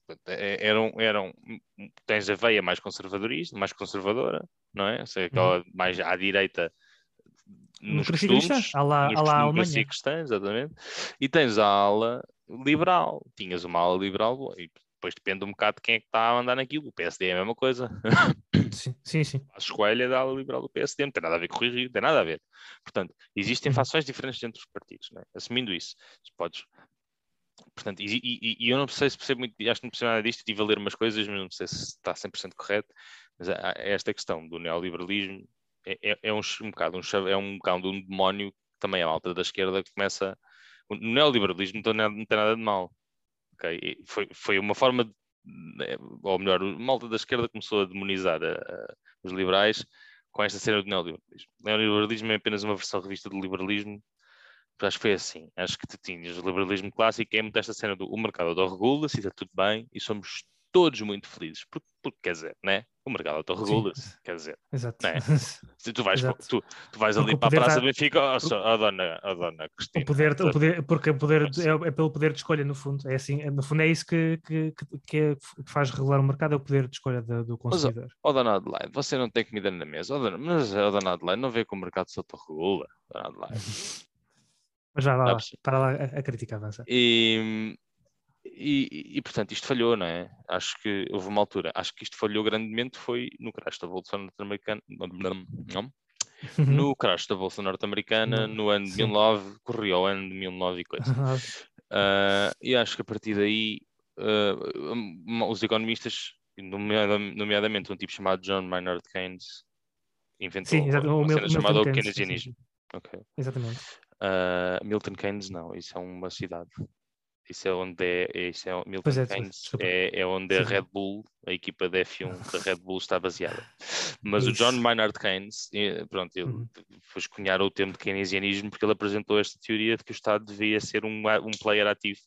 tens a veia mais conservadorista, mais conservadora, não é? Ou seja, aquela mais à direita nos Democracia cristã, costumes, à la democracia Alemanha. cristã, exatamente, e tens a ala liberal. Tinhas uma ala liberal boa, e depois depende um bocado de quem é que está a andar naquilo. O PSD é a mesma coisa. Sim. A escolha da ala liberal do PSD não tem nada a ver com o Rui Rio, não tem nada a ver. Portanto, existem fações diferentes dentro dos partidos, não é? Assumindo isso, podes. Portanto, e eu não sei se percebo muito, acho que não percebo nada disto, estive a ler umas coisas, mas não sei se está 100% correto, mas esta questão do neoliberalismo é um bocado um bocado um demónio que também a malta da esquerda começa. O neoliberalismo não tem nada de mal. Okay? Foi uma forma de, ou melhor, a malta da esquerda começou a demonizar os liberais com esta cena do neoliberalismo. O neoliberalismo é apenas uma versão revista do liberalismo. Acho que foi assim. Acho que tu tinhas o liberalismo clássico, é muito esta cena do o mercado autorregula-se e está tudo bem e somos todos muito felizes. Porque quer dizer, né? O mercado autorregula-se, quer dizer. Exato. Né? Se tu vais, Exato. tu vais ali para a Praça Benfica, a dona Cristina. Porque o poder é pelo poder de escolha, no fundo. É assim, no fundo é isso que faz regular o mercado, é o poder de escolha do consumidor. Mas, dona Adelaide, você não tem comida na mesa. Mas a dona Adelaide não vê que o mercado se autorregula. Dona Adelaide. Mas já lá, para lá a crítica avança. E, portanto, isto falhou, não é? Acho que houve uma altura, acho que isto falhou grandemente, foi no crash da Bolsa Norte-Americana. Não? No crash da Bolsa Norte-Americana, no ano de 19, corria ao ano de 19 e coisa. E acho que a partir daí, os economistas, nomeadamente um tipo chamado John Maynard Keynes, inventou uma cena chamada o keynesianismo. Okay. Exatamente. Milton Keynes não, isso é uma cidade. Isso é onde Milton Keynes é onde a Red Bull, a equipa da F1 da Red Bull está baseada. Mas o John Maynard Keynes, pronto, ele foi cunhar o termo de keynesianismo porque ele apresentou esta teoria de que o Estado devia ser um player ativo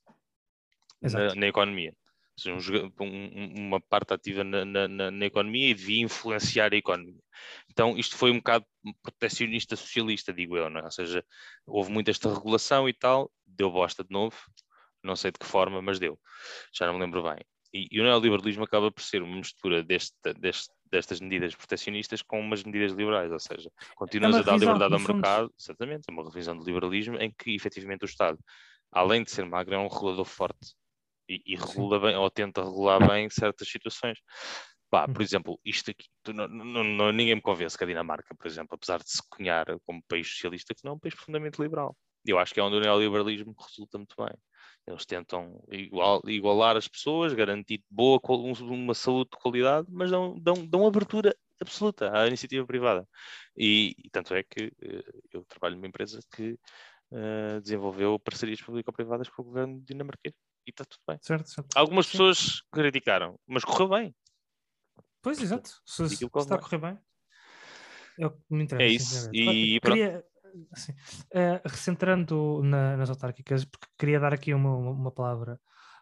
na economia. Ou seja, uma parte ativa na economia e devia influenciar a economia. Então isto foi um bocado protecionista socialista, digo eu, não é? Ou seja, houve muita esta regulação e tal, deu bosta de novo, não sei de que forma, mas deu, já não me lembro bem. E o neoliberalismo acaba por ser uma mistura destas medidas protecionistas com umas medidas liberais, ou seja, continuas a dar liberdade ao mercado, exatamente, é uma revisão do liberalismo em que efetivamente o Estado, além de ser magro, é um regulador forte. E regula bem, ou tenta regular bem certas situações. Por exemplo, isto aqui, ninguém me convence que a Dinamarca, por exemplo, apesar de se cunhar como país socialista, que não é um país profundamente liberal. Eu acho que é onde o neoliberalismo resulta muito bem. Eles tentam igualar as pessoas, garantir uma saúde de qualidade, mas dão abertura absoluta à iniciativa privada. E tanto é que eu trabalho numa empresa que desenvolveu parcerias público-privadas com o governo dinamarquês. E está tudo bem. Certo. Algumas pessoas criticaram, mas correu bem. Pois, exato. Se está a correr bem, é o que me interessa. É isso. Queria, assim, recentrando nas autárquicas, porque queria dar aqui uma palavra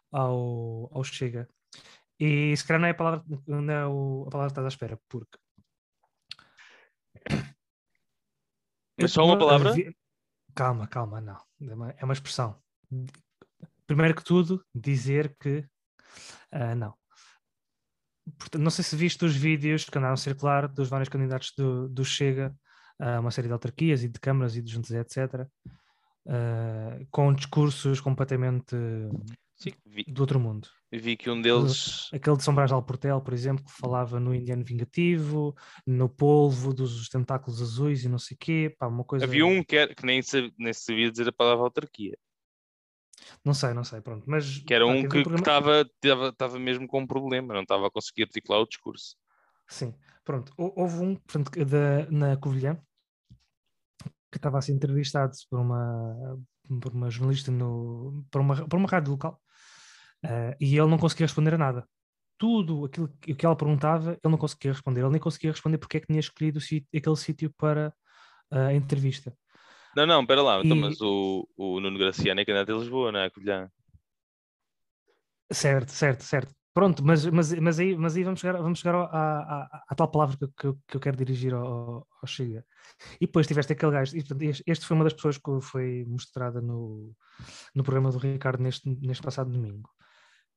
ao Chega. E se calhar não é a palavra que estás à espera, porque... Mas só uma palavra? Calma, não. É uma expressão. Primeiro que tudo, dizer que não. Portanto, não sei se viste os vídeos que andaram a circular dos vários candidatos do Chega a uma série de autarquias e de câmaras e de juntas, etc. Com discursos completamente do outro mundo. Vi que um deles... Aquele de São Brás de Alportel, por exemplo, que falava no indiano vingativo, no polvo dos tentáculos azuis e não sei o quê. Uma coisa... Havia um que nem sabia dizer a palavra autarquia. Não sei, pronto. Mas, que era um que estava mesmo com um problema, não estava a conseguir articular o discurso. Sim, pronto. Houve um, portanto, na Covilhã, que estava a ser entrevistado por uma jornalista por uma rádio local, e ele não conseguia responder a nada. Tudo aquilo que ela perguntava, ele não conseguia responder. Ele nem conseguia responder porque é que tinha escolhido aquele sítio para a entrevista. Não, espera lá, então, mas o Nuno Graciano é candidato a Lisboa, não é? Covilhã. Certo. Pronto, mas aí vamos chegar à tal palavra que eu quero dirigir ao Chega. E depois tiveste aquele gajo, e, portanto, este foi uma das pessoas que foi mostrada no programa do Ricardo neste passado domingo.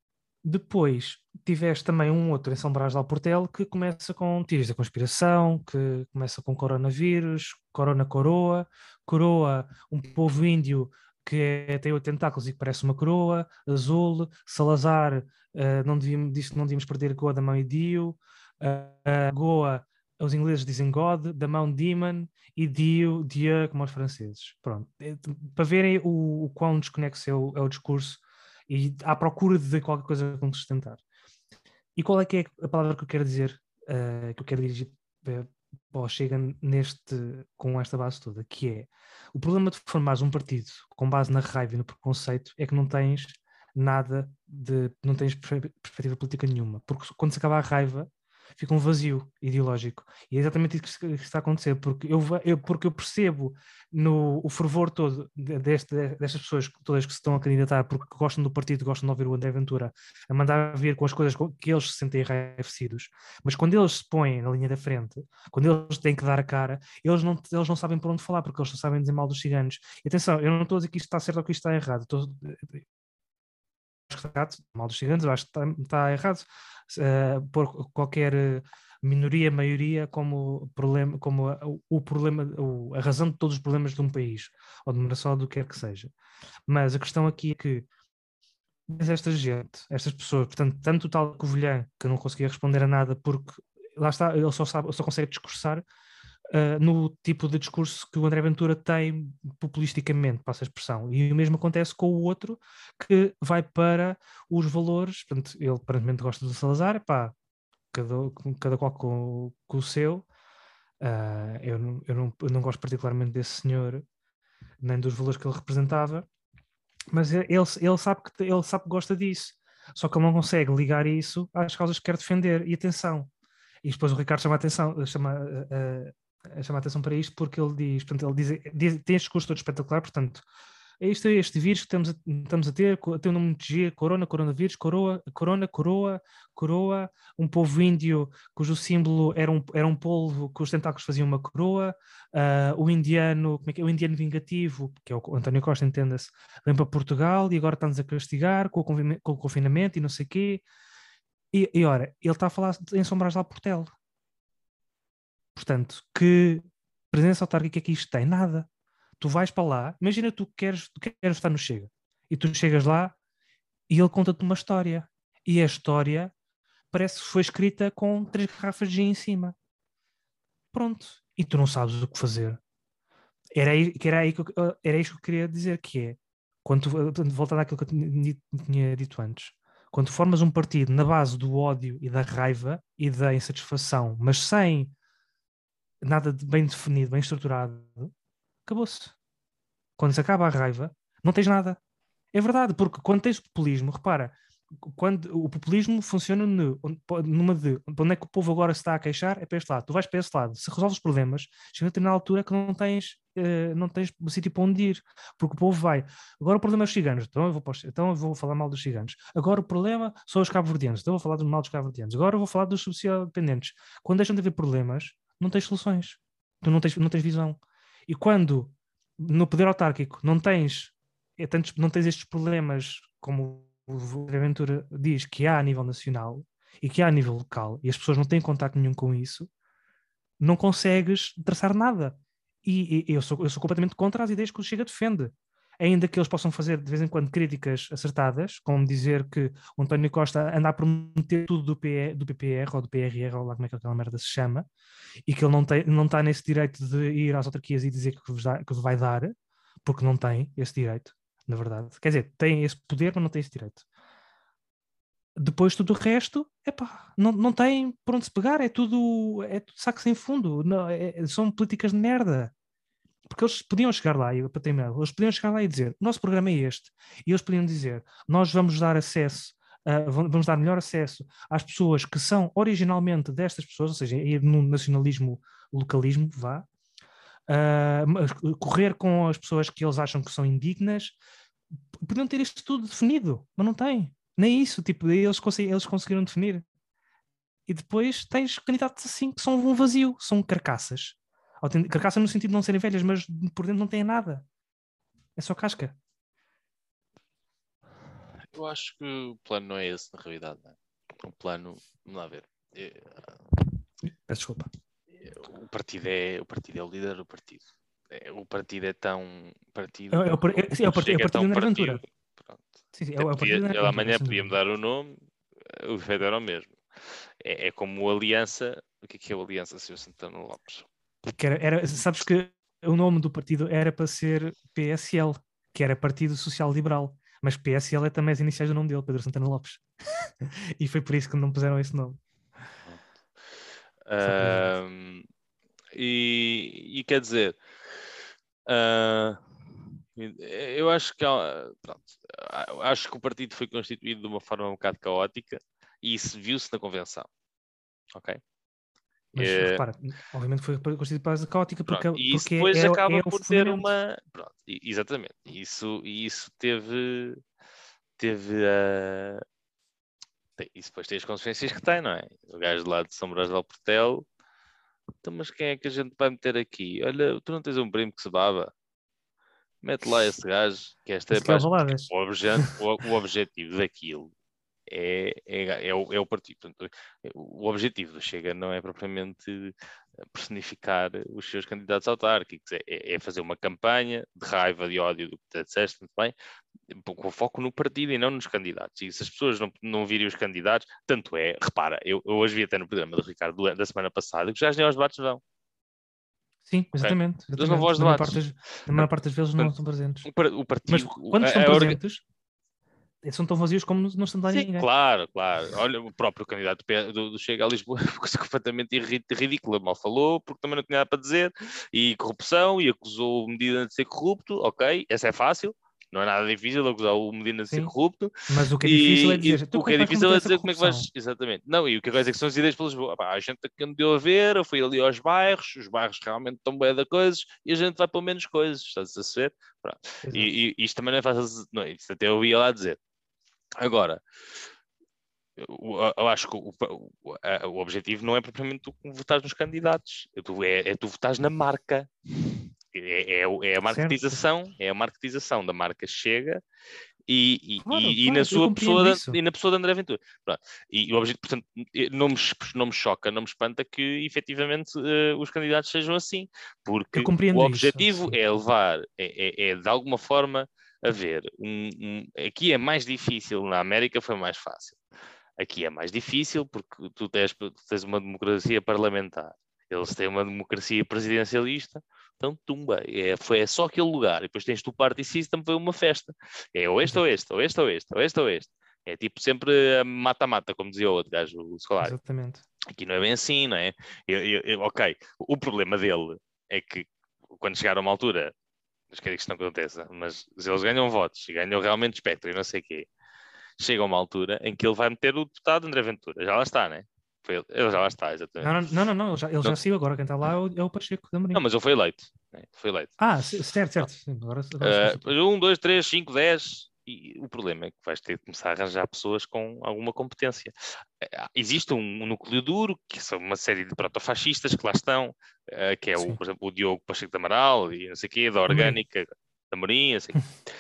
Depois tiveste também um outro em São Brás de Alportel que começa com teorias da conspiração, que começa com coronavírus, corona coroa, coroa, um povo índio tem 8 tentáculos e que parece uma coroa, azul, Salazar disse que não devíamos perder Goa da mão e Dio, Goa, os ingleses dizem God, da mão Demon e Dio, Dieu, como os franceses. Pronto. Para verem o quão desconexo é o discurso e à procura de qualquer coisa com que sustentar. E qual é que é a palavra que eu quero dizer, que eu quero dirigir para o Chega com esta base toda, que é o problema de formares um partido com base na raiva e no preconceito é que não tens não tens perspectiva política nenhuma, porque quando se acaba a raiva fica um vazio ideológico. E é exatamente isso que está a acontecer, porque eu percebo o fervor todo destas pessoas todas que se estão a candidatar porque gostam do partido, gostam de ouvir o André Ventura a mandar vir com as coisas que eles se sentem enraivecidos, mas quando eles se põem na linha da frente, quando eles têm que dar a cara, eles não sabem por onde falar, porque eles só sabem dizer mal dos ciganos. E atenção, eu não estou a dizer que isto está certo ou que isto está errado, acho que está errado, mal dos ciganos, eu acho que está errado por qualquer minoria, maioria como problema, como o problema, a razão de todos os problemas de um país, ou de uma nação, ou do que quer que seja. Mas a questão aqui é que esta gente, estas pessoas, portanto, tanto o tal Covilhã, que não conseguia responder a nada porque lá está, ele só consegue discursar no tipo de discurso que o André Ventura tem populisticamente, passa a expressão. E o mesmo acontece com o outro que vai para os valores, portanto, ele aparentemente gosta do Salazar, pá, cada qual com o seu. Eu não gosto particularmente desse senhor, nem dos valores que ele representava, mas ele sabe que gosta disso, só que ele não consegue ligar isso às causas que quer defender. E atenção, e depois o Ricardo chama a atenção para isto porque ele diz, portanto, tem este discurso todo espetacular, portanto, este vírus que estamos a ter, tem um nome de G, coronavírus, coroa, um povo índio cujo símbolo era um polvo, cujos tentáculos faziam uma coroa, o indiano, como é que é? O indiano vingativo, que é o António Costa, entenda-se, vem para Portugal e agora está-nos a castigar com o confinamento e não sei o quê. E ora, ele está a falar em São Brás de Alportel. Portanto, que presença autárquica é que isto tem? Nada. Tu vais para lá, imagina tu queres estar no Chega, e tu chegas lá e ele conta-te uma história. E a história parece que foi escrita com 3 garrafas de gin em cima. Pronto. E tu não sabes o que fazer. Era isto que eu queria dizer, que é, voltando àquilo que eu tinha dito antes, quando formas um partido na base do ódio e da raiva e da insatisfação, mas sem nada de bem definido, bem estruturado, acabou-se. Quando se acaba a raiva, não tens nada. É verdade, porque quando tens populismo, repara, quando o populismo funciona numa de onde é que o povo agora se está a queixar, é para este lado. Tu vais para esse lado. Se resolves os problemas, chega a determinada altura que não tens sítio para onde ir, porque o povo vai. Agora o problema é os ciganos, então eu vou falar mal dos ciganos. Agora o problema são os cabo-verdianos, então eu vou falar do mal dos cabo-verdianos. Agora eu vou falar dos social-dependentes. Quando deixam de haver problemas, não tens soluções. Tu não tens visão. E quando no poder autárquico não tens estes problemas como o Ventura diz que há a nível nacional e que há a nível local e as pessoas não têm contato nenhum com isso, não consegues traçar nada. E eu sou completamente contra as ideias que o Chega defende. Ainda que eles possam fazer de vez em quando críticas acertadas, como dizer que o António Costa anda a prometer tudo do PPR ou do PRR, ou lá como é que aquela merda se chama, e que ele não está nesse direito de ir às autarquias e dizer que vai dar, porque não tem esse direito, na verdade. Quer dizer, tem esse poder, mas não tem esse direito. Depois tudo o resto, não tem por onde se pegar, é tudo saco sem fundo, não, são políticas de merda. Porque eles podiam chegar lá, para terminar, eles podiam chegar lá e dizer, o nosso programa é este, e eles podiam dizer, nós vamos dar acesso, vamos dar melhor acesso às pessoas que são originalmente destas pessoas, ou seja, ir no nacionalismo, localismo, correr com as pessoas que eles acham que são indignas. Podiam ter isto tudo definido, mas não tem. Nem isso, tipo, eles conseguiram definir. E depois tens candidatos assim que são um vazio, são carcaças. Carcaça no sentido de não serem velhas, mas por dentro não têm nada. É só casca. Eu acho que o plano não é esse, na realidade. Não é? O plano, vamos lá ver. Peço desculpa. O partido é o líder do partido. O partido é tão partido. É o Chega partido tão de André partido. Ventura. Pronto. Sim, sim, é Até o partido de André ele Ventura, amanhã sem podia dúvida. mudar o nome, o efeito era o mesmo. É como o Aliança. O que é o Aliança, Sr. Santana Lopes? Sabes que o nome do partido era para ser PSL, que era Partido Social Liberal. Mas PSL é também as iniciais do nome dele, Pedro Santana Lopes. E foi por isso que não puseram esse nome. Só curiosidade. E quer dizer, ah, eu acho que pronto, acho que o partido foi constituído de uma forma um bocado caótica e isso viu-se na convenção, ok? Mas repara, obviamente foi constituído para a caótica Pronto, e isso porque depois é acaba o por ter fundamento. uma. Pronto, exatamente. Isso teve. Isso depois tem as consequências que tem, não é? O gajo lá de São Brás de Alportel. Então, mas quem é que a gente vai meter aqui? Olha, tu não tens um primo que se baba? Mete lá esse gajo, que esta é Ezequiel paz. Valadas. O objetivo daquilo é o partido. Portanto, o objetivo do Chega não é propriamente personificar os seus candidatos autárquicos, é fazer uma campanha de raiva, de ódio, do que tu disseste, muito bem, com foco no partido e não nos candidatos. E se as pessoas não virem os candidatos, tanto é, repara, eu hoje vi até no programa do Ricardo da semana passada que os gajos nem aos debates vão. Sim, Ok? exatamente. Eles não vão aos Na maior parte debates. na maior parte das vezes não Portanto, estão presentes. o Mas partido, quando estão presentes, são tão vazios como não estão lá sim, ninguém. claro, claro. Olha, o próprio candidato do Chega a Lisboa coisa completamente ridícula. Mal falou, porque também não tinha nada para dizer. E corrupção, e acusou o Medina de ser corrupto. Ok, essa é fácil. Não é nada difícil acusar o Medina de ser Sim. corrupto. Mas o que é difícil é dizer, então O como que é é que vais difícil combater é essa dizer como é que vais. corrupção? Exatamente. Não, e o que é que são as ideias para Lisboa? Pá, a gente aqui não deu a ver, eu fui ali aos bairros, os bairros realmente estão bem da coisas, e a gente vai para menos coisas, estás a ver? Pronto. Exato. E isto também não é fácil. Não, isto até eu ia lá dizer. Agora, eu acho que o objetivo não é propriamente tu votares nos candidatos, tu votares na marca. É a Certo, certo. marketização da marca Chega Claro, e na claro, eu sua compreendo pessoa isso. e na pessoa de André Ventura. Pronto. E o objetivo, portanto, não me choca, não me espanta que efetivamente os candidatos sejam assim, Eu porque o compreendo isso, objetivo sim. é levar, de alguma forma a ver. Aqui é mais difícil, na América foi mais fácil. Aqui é mais difícil porque tu tens uma democracia parlamentar. Eles têm uma democracia presidencialista, então tumba. É só aquele lugar. E depois tens tu party system, foi uma festa. É ou este ou Exato. este, ou este ou este, ou este ou este. É tipo sempre mata-mata, como dizia o outro gajo, o Scolari. Exatamente. Aqui não é bem assim, não é? Ok, o problema dele é que quando chegar a uma altura, não quero que isto não aconteça, mas se eles ganham votos e ganham realmente espectro e não sei o quê, chega a uma altura em que ele vai meter o deputado André Ventura. Já lá está, né? Ele já lá está, exatamente. Não, ele Não, já saiu agora. Quem está lá é o Pacheco de não, Amorim. mas ele foi eleito. Né? Foi eleito. Ah, certo, certo. Pronto. Sim, agora se constitui. 2, 3, 5, 10. E o problema é que vais ter que começar a arranjar pessoas com alguma competência. Existe um núcleo duro, que são uma série de protofascistas que lá estão, que é, Sim. por exemplo, o Diogo Pacheco de Amaral e não sei o quê, da Amorim. Orgânica, da Marinha, assim.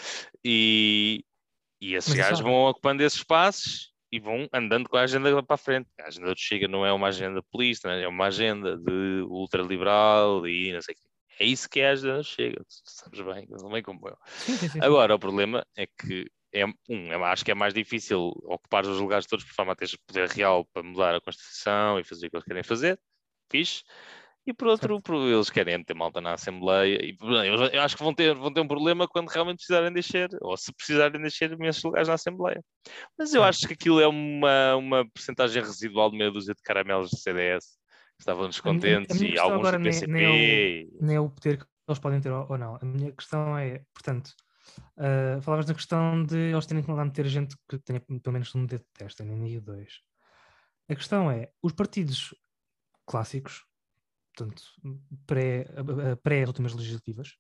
E, e esses Mas isso gajos já. vão ocupando esses espaços e vão andando com a agenda para a frente. A agenda do Chega não é uma agenda populista, é uma agenda de ultraliberal e não sei o quê. É isso que é a agenda do Chega, tu sabes bem, não é como eu. Sim, sim, sim, sim. Agora, o problema é que acho que é mais difícil ocupar os lugares todos por forma a teres poder real para mudar a Constituição e fazer o que eles querem fazer. Fixe. E por outro, Certo. eles querem ter malta na Assembleia. E bem, eu acho que vão ter um problema quando realmente precisarem descer, ou se precisarem descer imensos lugares na Assembleia. Mas eu Certo. acho que aquilo é uma percentagem residual de meia dúzia de caramelos do CDS que estavam A descontentes minha e questão alguns agora do PCP. nem é o poder que eles podem ter ou não. A minha questão é, portanto, falavas da questão de eles terem que lá meter gente que tenha pelo menos um dedo de testa, nem o dois. A questão é, os partidos clássicos, portanto, pré últimas legislativas,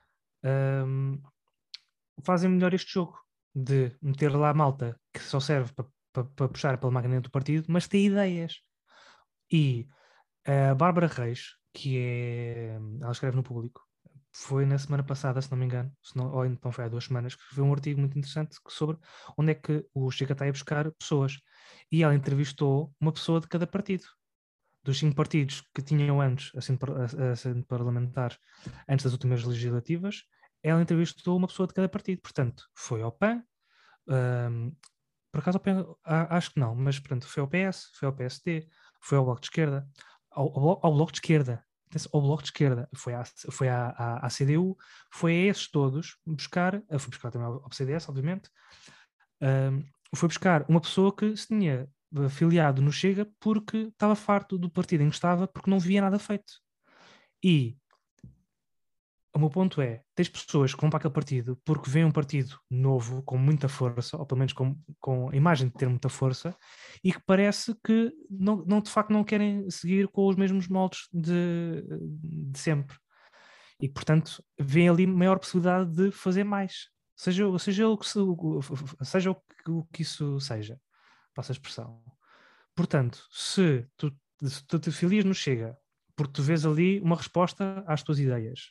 ahm, fazem melhor este jogo de meter lá a malta que só serve para puxar pela máquina do partido, mas tem ideias. E a Bárbara Reis, ela escreve no Público, foi na semana passada, se não me engano, ou então foi há 2 semanas, que foi um artigo muito interessante sobre onde é que o Chega está a ir buscar pessoas. E ela entrevistou uma pessoa de cada partido. Dos 5 partidos que tinham antes assento parlamentar, antes das últimas legislativas, ela entrevistou uma pessoa de cada partido. Portanto, foi ao PAN, por acaso acho que não, mas pronto, foi ao PS, foi ao PSD, foi ao Bloco de Esquerda, ao Bloco de Esquerda, ao Bloco de Esquerda, foi à CDU, foi a esses todos buscar, foi buscar também ao CDS, obviamente, foi buscar uma pessoa que se tinha afiliado no Chega porque estava farto do partido em que estava, porque não via nada feito. E o meu ponto é, tens pessoas que vão para aquele partido porque veem um partido novo, com muita força, ou pelo menos com a imagem de ter muita força, e que parece que de facto não querem seguir com os mesmos moldes de sempre. E, portanto, veem ali maior possibilidade de fazer mais. Seja o que isso seja. Passa a expressão. Portanto, se tu te filias no Chega, porque tu vês ali uma resposta às tuas ideias,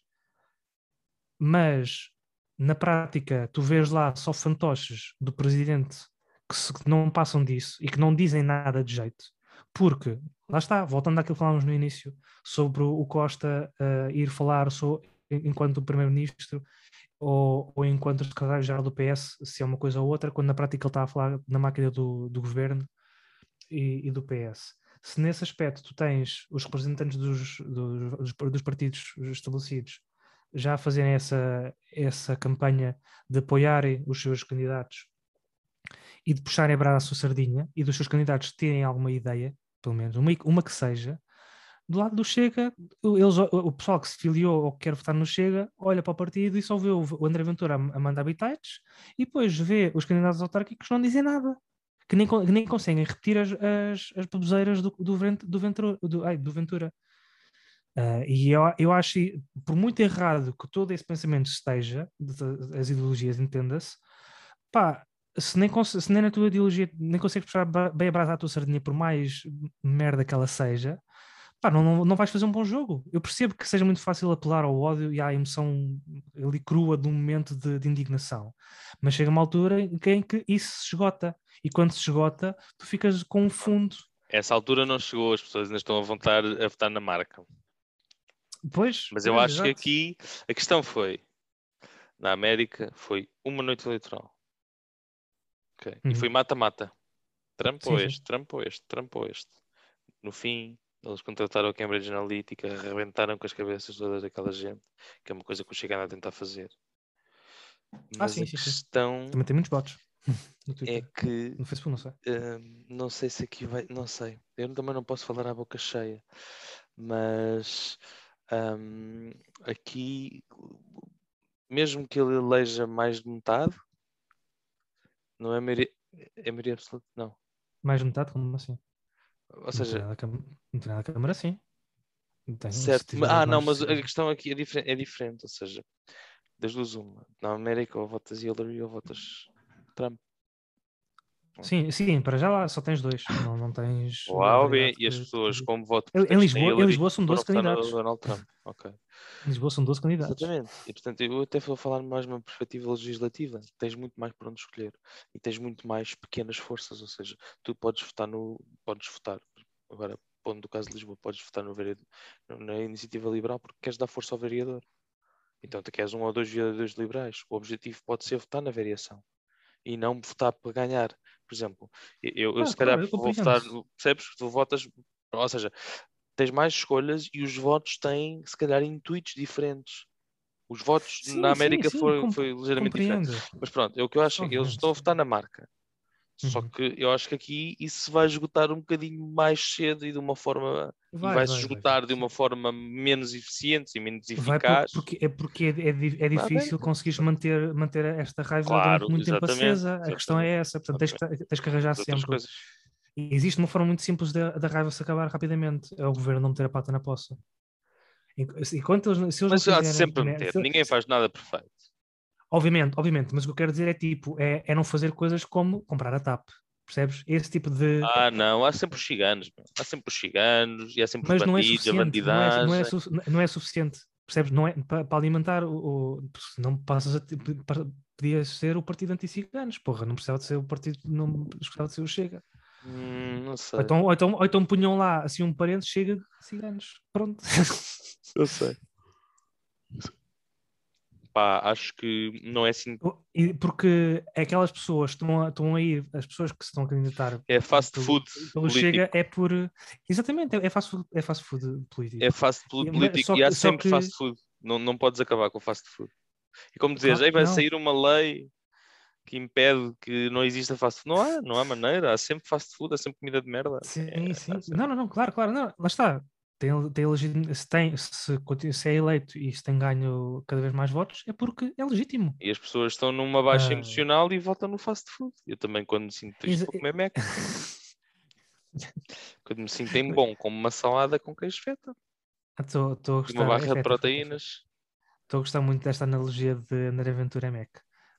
mas na prática tu vês lá só fantoches do presidente que não passam disso e que não dizem nada de jeito, porque, lá está, voltando àquilo que falámos no início, sobre o Costa ir falar enquanto o primeiro-ministro ou enquanto o secretário-geral do PS, se é uma coisa ou outra, quando na prática ele está a falar na máquina do governo e do PS. Se nesse aspecto tu tens os representantes dos partidos estabelecidos já a fazerem essa campanha de apoiarem os seus candidatos e de puxarem a brasa à sua sardinha e dos seus candidatos terem alguma ideia, pelo menos uma que seja, do lado do Chega, o pessoal que se filiou ou que quer votar no Chega olha para o partido e só vê o André Ventura a mandar bitites e depois vê os candidatos autárquicos que não dizem nada, que nem conseguem repetir as baboseiras do Ventura. E eu acho, por muito errado que todo esse pensamento esteja, as ideologias, entenda-se, pá, se nem na tua ideologia nem consegues puxar bem a brasa à tua sardinha, por mais merda que ela seja, pá, não vais fazer um bom jogo. Eu percebo que seja muito fácil apelar ao ódio e à emoção ali crua de um momento de indignação, mas chega uma altura em que isso se esgota, e quando se esgota, tu ficas com um fundo. Essa altura não chegou, as pessoas ainda estão a votar na marca. Pois, mas eu acho que aqui a questão foi, na América, foi uma noite eleitoral. Okay. E foi mata-mata. Trampou este. No fim, eles contrataram a Cambridge Analytica, arrebentaram com as cabeças todas daquela gente, que é uma coisa que o Chega anda a tentar fazer. Mas a questão também tem muitos bots é que no Facebook, não sei. Não sei se aqui vai, não sei. Eu também não posso falar à boca cheia, mas aqui, mesmo que ele eleja mais de metade, não é maioria absoluta, não. Mais de metade, como assim? Ou seja, não tem nada a Câmara, sim. Certo. Não, mas a questão aqui é diferente, ou seja, das duas uma. Na América ou votas Hillary ou votas Trump. Sim, para já lá só tens 2, não tens... O A ou B, e as pessoas como voto em Lisboa são 12 candidatos. Donald Trump. Okay. Em Lisboa são 12 candidatos. Exatamente. E portanto eu até vou falar mais numa perspectiva legislativa. Tens muito mais para onde escolher. E tens muito mais pequenas forças, ou seja, tu podes votar agora, pondo do caso de Lisboa, podes votar na Iniciativa Liberal porque queres dar força ao vereador. Então tu queres 1 ou 2 vereadores liberais. O objetivo pode ser votar na variação e não votar para ganhar. Por exemplo, eu se calhar vou votar, percebes? Tu votas, ou seja, tens mais escolhas e os votos têm, se calhar, intuitos diferentes. Os votos na América foi ligeiramente diferente. Mas pronto, é o que eu acho, eles estão a votar na marca. Só que eu acho que aqui isso se vai esgotar um bocadinho mais cedo e de uma forma vai-se esgotar de uma forma menos eficiente e menos eficaz. Porque é difícil conseguires manter esta raiva durante muito tempo acesa. A questão é essa, portanto tens que arranjar sempre. E existe uma forma muito simples da raiva se acabar rapidamente, é o governo não meter a pata na poça. Mas há sempre meter, ninguém faz nada perfeito. Obviamente, mas o que eu quero dizer é não fazer coisas como comprar a TAP, percebes? Esse tipo de... não, há sempre os ciganos, e há sempre os bandidos, a bandidagem. Não é suficiente. Percebes? Não é para alimentar não passas podia ser o partido anti-ciganos, porra, não precisava de ser o partido, não precisava de ser o Chega. Não Ou sei. então punham lá assim um parente, Chega de ciganos. Pronto. Eu sei. Pá, acho que não é assim. Porque aquelas pessoas estão a ir, as pessoas que se estão a candidatar É fast food pelo Chega político. é por. Exatamente, é fast food político. É fast food político Só, e há só sempre que. fast food. Não podes acabar com o fast food. E como dizes, Claro aí que vai não. sair uma lei que impede que não exista fast food. Não há maneira. Há sempre fast food, há sempre comida de merda. Sim, Há sim. sempre. Não, claro, não, lá está. Se é eleito e se tem ganho cada vez mais votos, é porque é legítimo. E as pessoas estão numa baixa Ah, emocional e votam no fast food. Eu também, quando me sinto triste, exa- vou comer Mac. Quando me sinto em bom, como uma salada com queijo feta Estou a e uma gostar, barra de é feta. proteínas. Estou a gostar muito desta analogia de André Ventura Mac.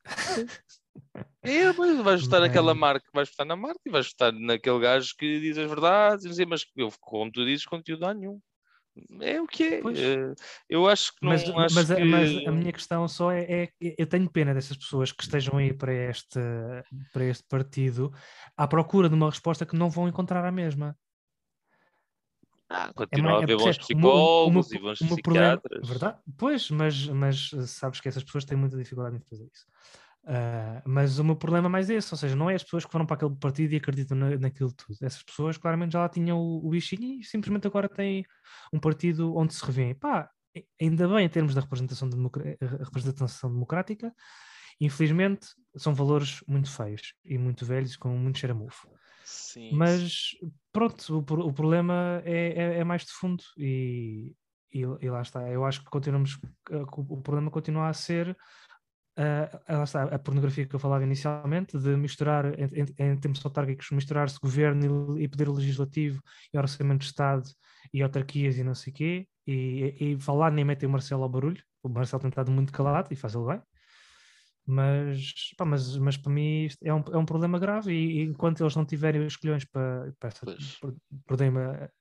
Mas vais votar naquela Mas, marca, vais votar na marca e vais votar naquele gajo que diz as verdades, e dizer, mas eu, como tu dizes, conteúdo há nenhum. É o que é. pois, Eu acho que não acho mas que. a minha questão só eu tenho pena dessas pessoas que estejam aí para este partido à procura de uma resposta que não vão encontrar a mesma. Continua a haver bons Percebe? psicólogos e bons O meu problema, psiquiatras. verdade? Pois, mas sabes que essas pessoas têm muita dificuldade em fazer isso. Mas o meu problema é mais esse, ou seja, não é as pessoas que foram para aquele partido e acreditam naquilo tudo. Essas pessoas claramente já lá tinham o bichinho e simplesmente agora têm um partido onde se revêem. Pá, ainda bem em termos da representação democrática, infelizmente são valores muito feios e muito velhos com muito cheiro a mofo. Sim, sim. Mas pronto, o problema é mais de fundo e lá está. Eu acho que continuamos, o problema continua a ser lá está, a pornografia que eu falava inicialmente, de misturar em termos autárquicos, misturar-se governo e poder legislativo e orçamento de Estado e autarquias e não sei o quê, e falar nem meter o Marcelo ao barulho. O Marcelo tem estado muito calado e faz ele bem. Mas para mim isto é um problema grave e enquanto eles não tiverem os colhões Pois. perdoem-me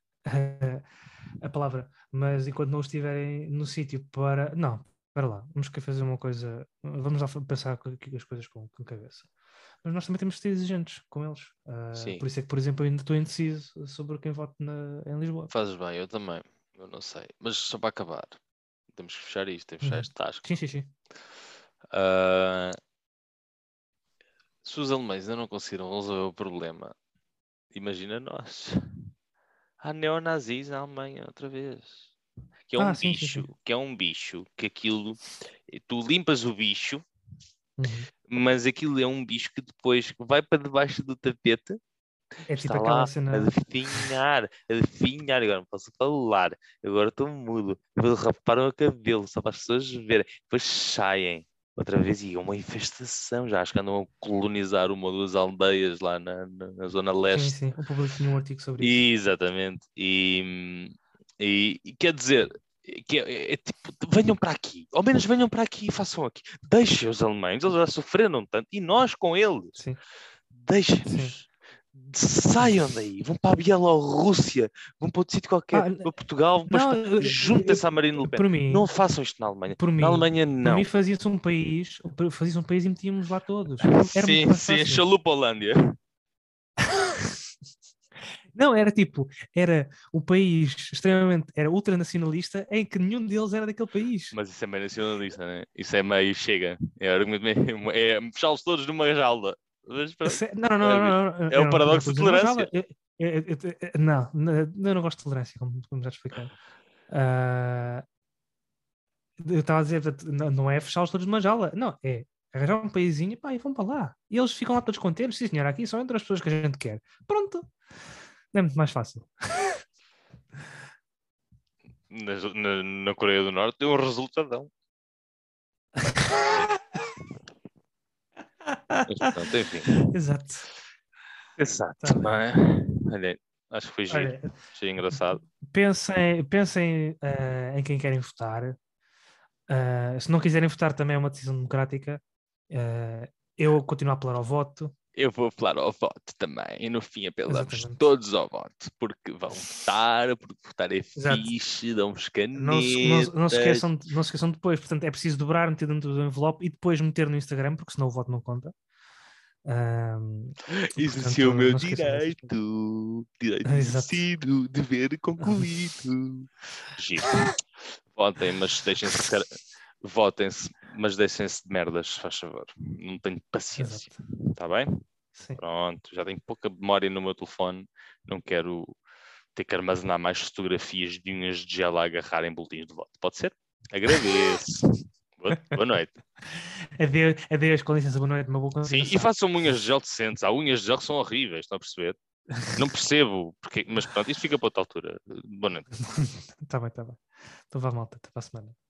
a palavra, mas enquanto não estiverem no sítio para... Não, espera lá, vamos querer fazer uma coisa, vamos lá pensar aqui as coisas com cabeça. Mas nós também temos de ser exigentes com eles. Sim. Por isso é que, por exemplo, eu ainda estou indeciso sobre quem voto em Lisboa. Fazes bem, eu também. Eu não sei. Mas só para acabar. Temos que fechar isto, temos que fechar Uhum. este tasco. Sim, sim, sim. Ah, se os alemães ainda não conseguiram resolver o problema, imagina nós. Há neonazis na Alemanha outra vez. Que é um Sim, sim, sim. bicho, que aquilo, tu limpas o bicho, Uhum. mas aquilo é um bicho que depois vai para debaixo do tapete, É tipo está lá aquela a cena... definhar, agora não posso falar, agora estou mudo, depois raparam o cabelo, só para as pessoas verem, depois saem. Outra vez, e é uma infestação, já acho que andam a colonizar uma ou duas aldeias lá na zona Sim, leste. sim. O público tinha um artigo sobre isso. Exatamente. E quer dizer, que é tipo, venham para aqui, ao menos venham para aqui e façam aqui. Deixem os alemães, eles já sofreram tanto, e nós com eles. Sim, sim. Deixem-nos. Saiam daí, vão para a Bielorrússia, vão para outro sítio qualquer, para Portugal, vão Não, juntem-se à Marine Le Pen. por mim, Não façam isto na Alemanha. por Na mim, Alemanha, por não. mim fazia-se um país e metíamos lá todos. Era muito Sim, mais sim, fácil. chalupa Holândia. Não, era o país extremamente, era ultranacionalista em que nenhum deles era daquele país. Mas isso é meio nacionalista, né? Isso é meio chega. É argumento meio. É fechá-los todos numa jaula. Mas, pronto, Não, é o eu não paradoxo de pus numa tolerância. jaula. Eu não gosto de tolerância, como já te expliquei. Ah, eu estava a dizer, portanto, não é fechá-los todos numa jaula, não, é arranjar um paísinho pá, e vão para lá. E eles ficam lá todos contentes, sim senhor, aqui só entre as pessoas que a gente quer. Pronto, é muito mais fácil. Na Coreia do Norte deu um resultadão. Mas pronto, enfim. Exato. Exato. Tá bem. Olha, acho que foi giro. Olha, Achei engraçado. pensem em quem querem votar. Se não quiserem votar, também é uma decisão democrática. Eu continuo a apelar ao voto. Eu vou apelar ao voto também. E no fim apelamos Exatamente. todos ao voto. Porque vão votar, porque votar é Exato. fixe, dão-vos canetas. Não se esqueçam depois, portanto, é preciso dobrar, meter dentro do envelope e depois meter no Instagram, porque senão o voto não conta. Exerci o meu não se esqueçam dessas coisas. direito Exato. exercido, dever concluído. Giro. Votem, mas votem-se, mas deixem-se de merdas, se faz favor. Não tenho paciência. Exato. Está bem? Sim. Pronto, já tenho pouca memória no meu telefone. Não quero ter que armazenar mais fotografias de unhas de gel a agarrar em boletins de voto. Pode ser? Agradeço. Boa noite. Adeus, com licença, boa noite, uma boa Sim, continuação. e façam unhas de gel decentes. Há unhas de gel que são horríveis, estão a perceber? Não percebo, porque, mas pronto, isto fica para outra altura. Boa noite. Tá bem. Então vá, malta, até para a semana.